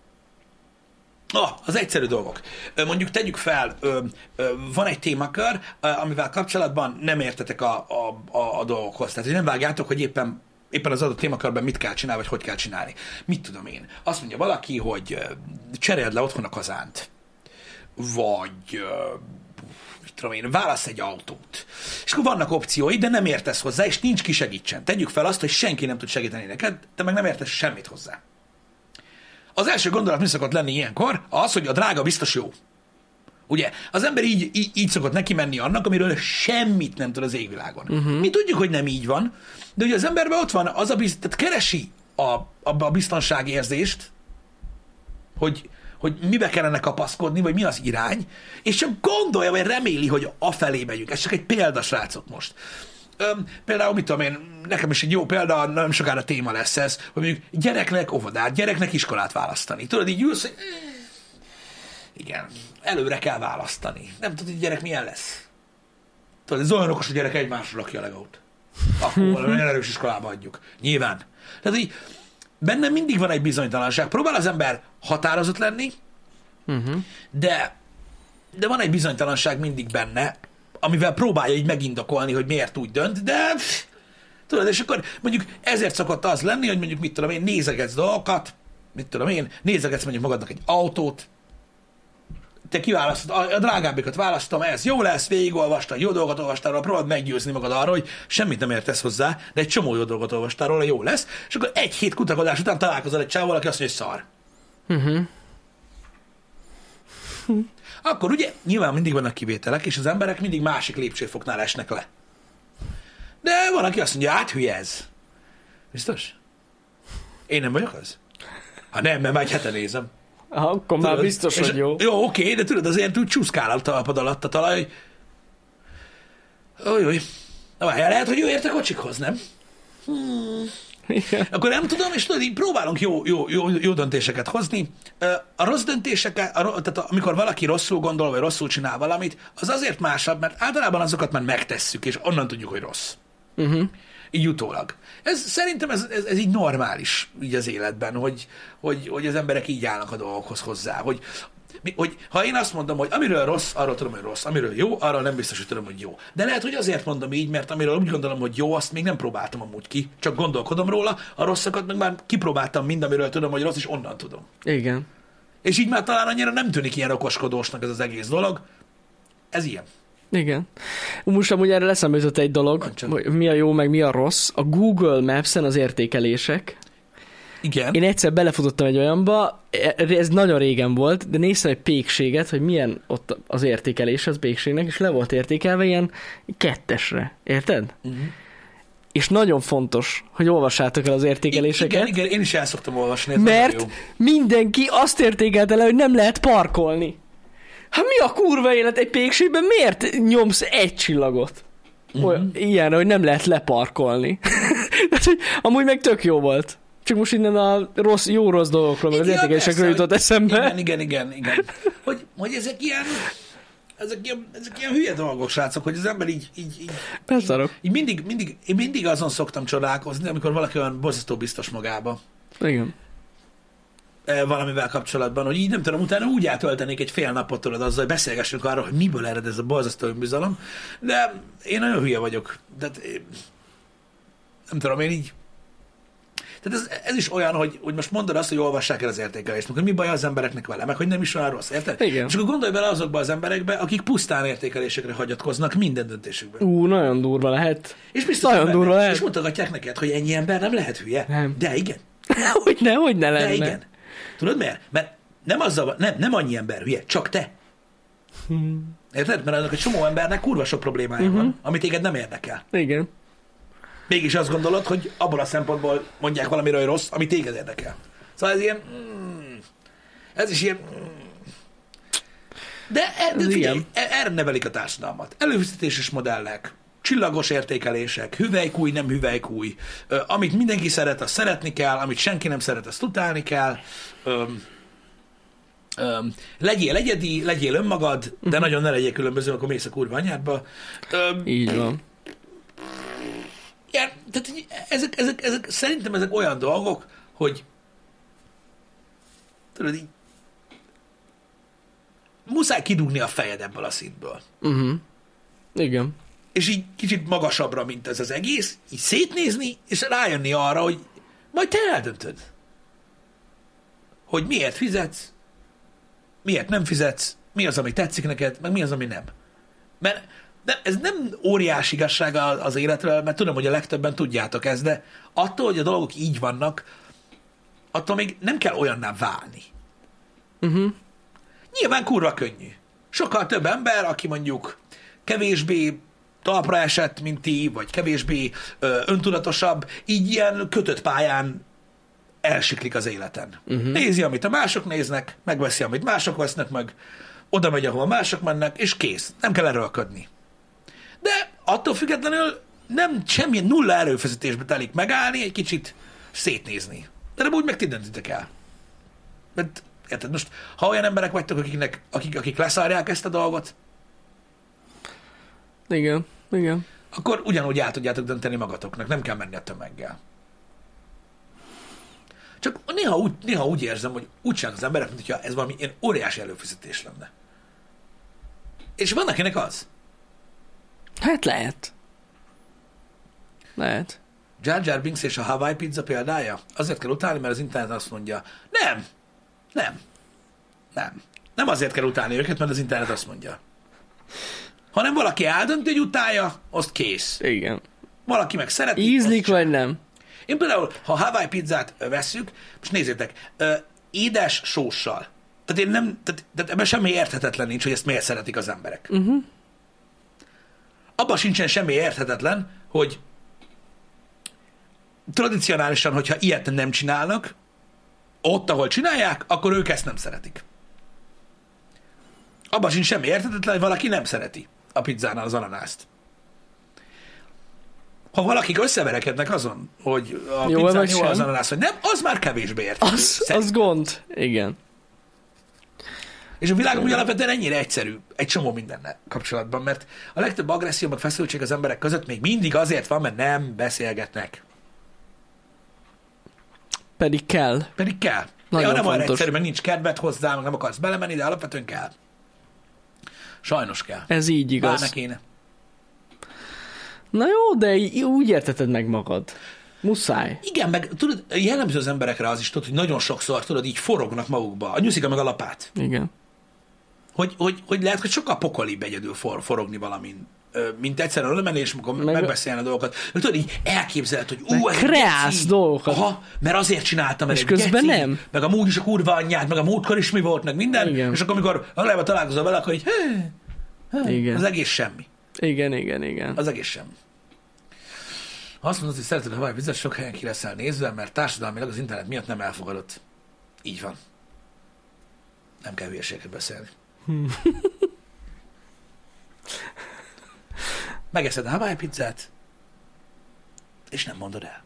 S2: Ah, az egyszerű dolgok. Mondjuk tegyük fel, van egy témakör, amivel kapcsolatban nem értetek a, a, a, a dolgokhoz. Tehát, hogy nem vágjátok, hogy éppen, éppen az adott témakörben mit kell csinálni, vagy hogy kell csinálni. Mit tudom én? Azt mondja valaki, hogy cseréld le otthon a kazánt. Vagy mit tudom én, válasz egy autót. És akkor vannak opciói, de nem értesz hozzá, és nincs ki segítsen. Tegyük fel azt, hogy senki nem tud segíteni neked, te meg nem értesz semmit hozzá. Az első gondolat mi szokott lenni ilyenkor? Az, hogy a drága biztos jó. Ugye? Az ember így, így, így szokott neki menni annak, amiről semmit nem tud az égvilágon. Uh-huh. Mi tudjuk, hogy nem így van, de ugye az emberben ott van az a biz... tehát keresi a, a, a biztonságérzést, hogy, hogy mibe kellene kapaszkodni, vagy mi az irány, és csak gondolja, vagy reméli, hogy afelé megyünk. Ez csak egy példa, srácok, most. Öm, például, mit tudom én, nekem is egy jó példa, nem sokára téma lesz ez, hogy mondjuk gyereknek óvodát, gyereknek iskolát választani. Tudod, így ülsz, hogy igen, előre kell választani. Nem tudod, hogy gyerek milyen lesz. Tudod, ez olyan okos, hogy gyerek egymásra rakja a legót. Akkor valami erős iskolába adjuk. Nyilván. Tehát így bennem mindig van egy bizonytalanság. Próbál az ember határozott lenni, uh-huh. de, de van egy bizonytalanság mindig benne, amivel próbálja így megindokolni, hogy miért úgy dönt, de pff, tudod, és akkor mondjuk ezért szokott az lenni, hogy mondjuk mit tudom én, nézegetsz dolgokat, mit tudom én, nézegetsz mondjuk magadnak egy autót, te kiválasztod, a drágábbikat választom, ez jó lesz, végigolvastad, jó dolgot olvastál róla, próbáld meggyőzni magad arról, hogy semmit nem értesz hozzá, de egy csomó jó dolgot olvastál róla, jó lesz, és akkor egy hét kutakodás után találkozol egy csávval, aki azt mondja, hogy szar. Uh-huh. Akkor ugye nyilván mindig vannak kivételek, és az emberek mindig másik lépcsőfoknál esnek le. De van, aki azt mondja, hát hülye ez. Biztos? Én nem vagyok az? Ha nem, mert már egy hete nézem.
S1: Aha, akkor tudod, már biztos, hogy jó.
S2: Jó, oké, de tudod, azért úgy csúszkál a talpad alatt a talaj, hogy Ujjjj. Na várjál, lehet, hogy ő ért a kocsikhoz, nem? Hmm. Igen. Akkor nem tudom, és tudod, így próbálunk jó, jó, jó, jó döntéseket hozni. A rossz döntéseket, a, tehát amikor valaki rosszul gondol, vagy rosszul csinál valamit, az azért másabb, mert általában azokat már megtesszük, és onnan tudjuk, hogy rossz. Uh-huh. Így utólag. Ez, szerintem ez, ez, ez így normális így az életben, hogy, hogy, hogy az emberek így állnak a dolgokhoz hozzá. Hogy, hogy ha én azt mondom, hogy amiről rossz, arról tudom, hogy rossz. Amiről jó, arról nem biztos, hogy tudom, hogy jó. De lehet, hogy azért mondom így, mert amiről úgy gondolom, hogy jó, azt még nem próbáltam amúgy ki. Csak gondolkodom róla, a rosszakat meg már kipróbáltam mind, amiről tudom, hogy rossz, és onnan tudom.
S1: Igen.
S2: És így már talán annyira nem tűnik ilyen okoskodósnak ez az egész dolog. Ez ilyen.
S1: Igen. Most amúgy erre eszembe jutott egy dolog, hogy mi a jó, meg mi a rossz. A Google Maps-en az értékelések.
S2: Igen.
S1: Én egyszer belefutottam egy olyanba, ez nagyon régen volt, de néztem egy pékséget, hogy milyen ott az értékelés az pékségnek, és le volt értékelve ilyen kettesre. Érted? Uh-huh. És nagyon fontos, hogy olvassátok el az értékeléseket.
S2: Igen, igen, én is el szoktam olvasni.
S1: Mert mindenki azt értékelte le, hogy nem lehet parkolni. Hát mi a kurva élet egy pékségben? Miért nyomsz egy csillagot? Olyan, uh-huh. Ilyen, hogy nem lehet leparkolni. Tehát, hogy amúgy meg tök jó volt. Csak most innen a rossz, jó-rossz dolgokról, meg az értékelésekről jutott eszembe.
S2: Igen, igen, igen, igen. Hogy, hogy ezek ilyen, ezek ilyen, ezek ilyen hülye dolgok, srácok, hogy az ember így, így, így, így, így mindig, mindig, én mindig azon szoktam csodálkozni, amikor valaki olyan borzasztó biztos magába.
S1: Igen.
S2: Valamivel kapcsolatban, hogy így nem tudom, utána úgy átöltenék egy fél napot tudod azzal, hogy beszélgessünk arról, hogy miből ered ez a borzasztó önbizalom, de én nagyon hülye vagyok. De én, nem tudom, én így Tehát ez, ez is olyan, hogy, hogy most mondod azt, hogy olvassák el az értékelést, hogy mi baj az embereknek vele, meg hogy nem is olyan rossz, érted?
S1: Igen.
S2: És akkor gondolj bele azokba az emberekbe, akik pusztán értékelésekre hagyatkoznak minden döntésükben.
S1: Ú, nagyon durva lehet.
S2: És biztos
S1: nagyon durva lehet.
S2: És mutogatják neked, hogy ennyi ember nem lehet hülye.
S1: Nem.
S2: De igen.
S1: hogy ne, hogy ne lenne.
S2: De igen. Tudod miért? Mert nem, azzal, nem, nem annyi ember hülye, csak te.
S1: Hmm.
S2: Érted? Mert annak egy csomó embernek kurva sok problémája uh-huh. van, amit téged nem érdekel.
S1: Igen.
S2: Mégis azt gondolod, hogy abból a szempontból mondják valamiről, hogy rossz, ami téged érdekel. Szóval ez ilyen... Mm, ez is ilyen... Mm. De, de figyelj, erre nevelik a társadalmat. Előfizetéses modellek, csillagos értékelések, hüvelykúj, nem hüvelykúj. Ö, amit mindenki szeret, azt szeretni kell, amit senki nem szeret, azt utálni kell. Ö, ö, legyél egyedi, legyél önmagad, de nagyon ne legyél különböző, akkor mész a kurva anyádba. Ö,
S1: Így van.
S2: Ja, tehát ezek, ezek, ezek, szerintem ezek olyan dolgok, hogy tudod így, muszáj kidugni a fejed ebből a szintből.
S1: Uh-huh. Igen.
S2: És így kicsit magasabbra, mint ez az egész, így szétnézni, és rájönni arra, hogy majd te eldöntöd, hogy miért fizetsz, miért nem fizetsz, mi az, ami tetszik neked, meg mi az, ami nem. Mert de ez nem óriási igazság az életről, mert tudom, hogy a legtöbben tudjátok ezt, de attól, hogy a dolgok így vannak, attól még nem kell olyanná válni.
S1: Uh-huh.
S2: Nyilván kurva könnyű. Sokkal több ember, aki mondjuk kevésbé talpra esett, mint ti, vagy kevésbé ö, öntudatosabb, így ilyen kötött pályán elsiklik az életen. Uh-huh. Nézi, amit a mások néznek, megveszi, amit mások vesznek meg, oda megy, ahol mások mennek, és kész. Nem kell erőlködni. De attól függetlenül nem semmilyen nulla erőfeszítésbe telik megállni, egy kicsit szétnézni. De nem úgy meg ti döntitek el. Mert érted, most, ha olyan emberek vagytok, akiknek, akik, akik leszárják ezt a dolgot,
S1: igen, igen.
S2: akkor ugyanúgy el tudjátok dönteni magatoknak, nem kell menni a tömeggel. Csak néha úgy, néha úgy érzem, hogy úgy csinálnak az emberek, mint hogyha ez valami ilyen óriási előfizetés lenne. És van akinek az.
S1: Hát lehet. Lehet.
S2: Jar Jar Binks és a Hawaii pizza példája? Azért kell utálni, mert az internet azt mondja, nem, nem, nem. Nem azért kell utálni őket, mert az internet azt mondja. Hanem valaki eldönti, hogy utálja, azt kész.
S1: Igen.
S2: Valaki meg szereti.
S1: Ízlik vagy nem?
S2: Én például, ha a Hawaii pizzát vesszük, most nézzétek, édes sóssal. Tehát én nem, tehát, tehát ebben semmi érthetetlen nincs, hogy ezt miért szeretik az emberek.
S1: Uh-huh.
S2: Abban sincsen semmi érthetetlen, hogy tradicionálisan, hogyha ilyet nem csinálnak, ott, ahol csinálják, akkor ők ezt nem szeretik. Abban sincs semmi érthetetlen, hogy valaki nem szereti a pizzánál az ananászt. Ha valakik összeverekednek azon, hogy a
S1: jó,
S2: pizzán jó
S1: sem.
S2: az ananász, vagy nem, az már kevésbé érthető.
S1: Az, az gond. Igen.
S2: És a világ úgy alapvetően ennyire egyszerű egy csomó mindennel kapcsolatban, mert a legtöbb agresszió, meg feszültség az emberek között még mindig azért van, mert nem beszélgetnek.
S1: Pedig kell.
S2: Pedig kell.
S1: Nagyon
S2: ja, nem olyan
S1: fontos.
S2: egyszerű, mert nincs kedved hozzá, meg nem akarsz belemenni, de alapvetően kell. Sajnos kell.
S1: Ez így igaz.
S2: Bár ne kéne.
S1: Na jó, de í- úgy érteted meg magad. Muszáj.
S2: Igen, meg tudod, jellemző az emberekre az is, tudod, hogy nagyon sokszor, tudod, így forognak magukba, a nyuszika meg a lapát.
S1: Igen.
S2: Hogy, hogy, hogy lehet, hogy sokkal pokolibb egyedül for, forogni valamin, ö, mint egyszerűen oda menni, és amikor
S1: Meg-
S2: megbeszélni a dolgokat. Mert tudod, így elképzeled, hogy ú,
S1: Meg
S2: ez
S1: kreálsz
S2: geci.
S1: dolgokat.
S2: Aha, mert azért csináltam, mert
S1: És
S2: egy
S1: közben
S2: geci,
S1: nem.
S2: meg amúgy is a kurva anyját, meg a múltkor is mi volt, meg minden.
S1: Igen.
S2: És akkor, amikor legalább találkozol vele, akkor így, hé, hé,
S1: Igen.
S2: az egész semmi.
S1: Igen, igen, igen.
S2: Az egész semmi. Ha azt mondod, hogy szereted a Hawaii pizzát, sok helyen ki leszel nézve, mert társadalmilag az internet miatt nem elfogadott. Így van. Nem kell hülyeséget beszélni.
S1: Hmm.
S2: Megeszed a Hawaii pizzát, és nem mondod el.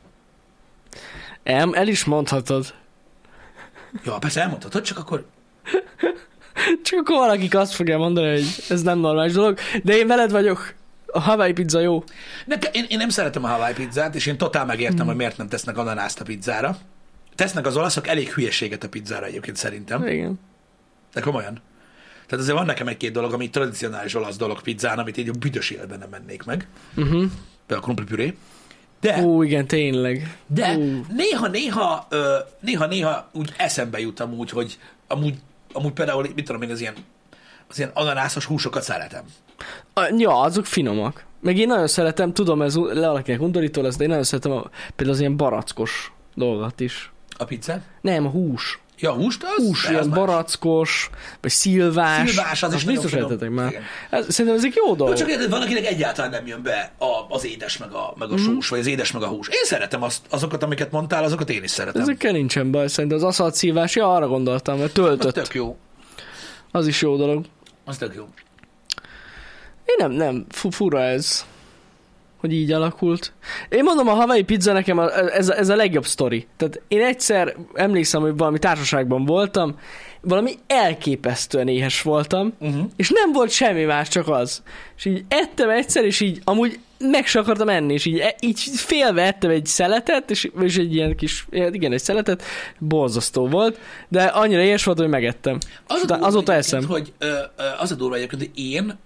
S1: El, el is mondhatod.
S2: Jó, persze elmondhatod, csak akkor
S1: Csak akkor valakik azt fogja mondani, hogy ez nem normális dolog, de én veled vagyok. A Hawaii pizza jó.
S2: Nekem, én, én nem szeretem a Hawaii pizzát, és én totál megértem, hmm. hogy miért nem tesznek ananászt a pizzára. Tesznek az olaszok elég hülyeséget a pizzára egyébként szerintem.
S1: Igen.
S2: De komolyan. Tehát azért van nekem egy-két dolog, ami tradicionális olasz dolog pizzán, amit így a büdös életben nem mennék meg.
S1: Uh-huh.
S2: Például a krumplipüré. De,
S1: Ó, igen, tényleg.
S2: de
S1: Ú.
S2: néha-néha, ö, néha-néha úgy eszembe jut amúgy, hogy amúgy, amúgy például, mit tudom én, az ilyen, az ilyen ananászos húsokat szeretem.
S1: A- Ja, azok finomak. Meg én nagyon szeretem, tudom, ez u- le valakinek undorító lesz, de én nagyon szeretem a, például az ilyen barackos dolgot is.
S2: A pizza?
S1: Nem, a hús.
S2: Ja, húst az?
S1: Hús,
S2: de
S1: ilyen
S2: az más.
S1: barackos, vagy szilvás.
S2: Szilvás, az is
S1: Azt biztos
S2: nagyon finom.
S1: ettetek már.
S2: Igen.
S1: Ez, szerintem ezek jó
S2: No,
S1: dolgok.
S2: csak érted, van, akinek egyáltalán nem jön be a, az édes meg a, meg a
S1: Mhm.
S2: sós, vagy az édes meg a hús. Én szeretem azt, azokat, amiket mondtál, azokat én is szeretem.
S1: Ezekkel nincsen baj, szerintem az aszalt szilvás, ja, arra gondoltam, mert
S2: Az
S1: töltött.
S2: tök jó.
S1: Az is jó dolog.
S2: Az tök jó.
S1: Én nem, nem, fu- fura ez, hogy így alakult. Én mondom, a Hawaii pizza nekem a, ez, a, ez a legjobb sztori. Tehát én egyszer emlékszem, hogy valami társaságban voltam, valami elképesztően éhes voltam,
S2: Uh-huh.
S1: és nem volt semmi más, csak az. És így ettem egyszer, és így amúgy meg se akartam enni, és így, e- így félve ettem egy szeletet, és, és egy ilyen kis, igen, egy szeletet, borzasztó volt, de annyira éhes volt, hogy megettem.
S2: Az a
S1: Utána-
S2: durva
S1: azóta
S2: egyébként,
S1: eszem.
S2: Hogy, ö, ö, az a durva egyébként, hogy én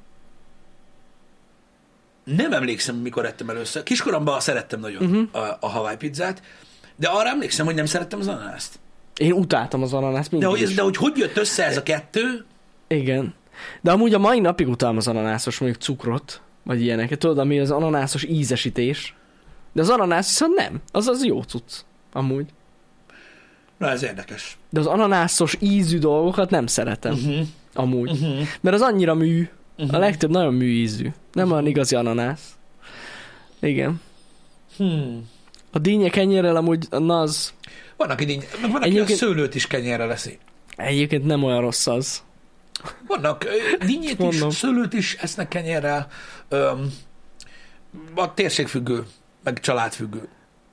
S2: nem emlékszem, mikor ettem először. Kiskoromban szerettem nagyon
S1: Mhm.
S2: uh-huh. a, a Hawaii pizzát, de arra emlékszem, hogy nem szerettem az ananászt.
S1: Én utáltam az ananászt
S2: De
S1: mindig
S2: hogy, ez,
S1: is.
S2: de hogy hogy jött össze ez a kettő?
S1: Igen. De amúgy a mai napig utálom az ananászos, mondjuk cukrot, vagy ilyeneket. Tudod, ami az ananászos ízesítés. De az ananász viszont nem. Az az jó cucc. Amúgy.
S2: Na, ez érdekes.
S1: De az ananászos ízű dolgokat nem szeretem.
S2: Uh-huh.
S1: Amúgy.
S2: Uh-huh.
S1: Mert az annyira mű.
S2: Uh-huh.
S1: A legtöbb nagyon mű ízű. Nem olyan igazi ananász. Igen.
S2: Hmm.
S1: A dinnye kenyérrel amúgy, na az
S2: Van, aki, így, meg van, aki
S1: Egyébként-
S2: a szőlőt is kenyérre leszi.
S1: egyébként nem olyan rossz az.
S2: Vannak ö, dinnyét is,
S1: Mondom.
S2: szőlőt is esznek kenyérrel. Öm, a térségfüggő, meg családfüggő.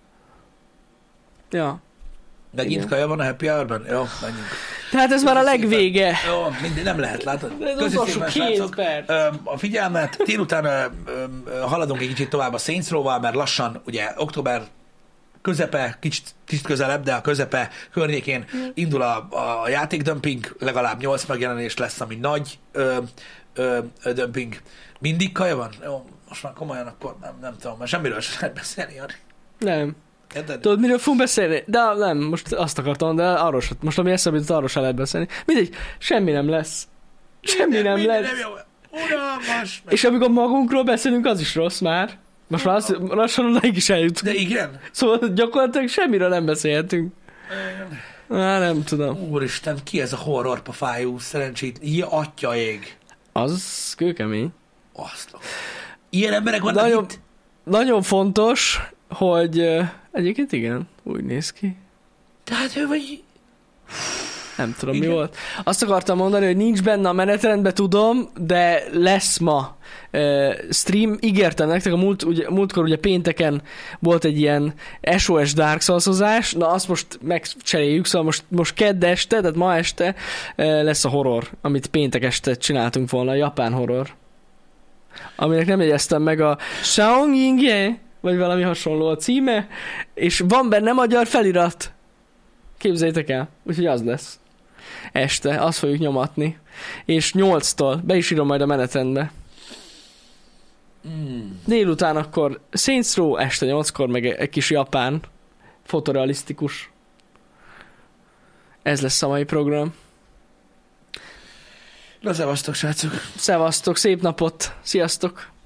S1: Ja.
S2: Megint
S1: Igen.
S2: kaja van a happy hour-ben? Jó, menjünk.
S1: Tehát ez már a
S2: Köszi szépen.
S1: legvége.
S2: Jó, mindig nem lehet, látod?
S1: De ez
S2: Köszi
S1: utolsó
S2: szépen,
S1: két
S2: srácok.
S1: perc.
S2: Ö, A figyelmet, délután ö, ö, haladunk egy kicsit tovább a Saints Row-val, mert lassan, ugye, október közepe, kicsit, kicsit közelebb, de a közepe környékén indul a, a játékdömping, legalább nyolc megjelenés lesz, ami nagy ö, ö, ö, dömping. Mindig kaja van? Jó, most már komolyan, akkor nem, nem tudom, mert semmiről sem lehet beszélni, Jani.
S1: Nem.
S2: Érted?
S1: Tudod, miről fogunk beszélni? De nem, most azt akartam, de arról sem, most ami eszembe jutott, arról sem lehet beszélni. Mindegy, semmi nem lesz. Semmi
S2: Minden-
S1: nem
S2: minden
S1: lesz.
S2: Nem jó. Unalmas.
S1: És amikor magunkról beszélünk, az is rossz már. Most már azt, lassan odaig is eljutunk.
S2: De igen.
S1: Szóval gyakorlatilag semmiről nem beszélhetünk. Á, nem tudom.
S2: Úristen, ki ez a horrorpafájú szerencsét? Ja, atya ég.
S1: Az kőkemény.
S2: Azt. Ilyen emberek vannak
S1: Nagyon,
S2: itt?
S1: nagyon fontos, hogy ö, egyébként igen, úgy néz ki.
S2: Tehát ő vagy...
S1: Nem tudom,
S2: Igen.
S1: mi volt. Azt akartam mondani, hogy nincs benne a menetrendben, tudom, de lesz ma uh, stream. Ígértem nektek, a múlt, ugye, múltkor ugye pénteken volt egy ilyen es o es Dark Souls-ozás, na azt most megcseréljük, szóval most, most kedd este, tehát ma este uh, lesz a horror, amit péntek este csináltunk volna, a japán horror. Aminek nem jegyeztem meg a Shaong Yingye, vagy valami hasonló a címe, és van benne magyar felirat. Képzeljétek el, úgyhogy az lesz. Este, azt fogjuk nyomatni. És nyolctól, be is írom majd a menetrendbe.
S2: Mm.
S1: Délután akkor Saints Row, este nyolckor meg egy kis japán, fotorealisztikus. Ez lesz a mai program.
S2: Na, szevasztok, srácok.
S1: Szevasztok, szép napot, sziasztok!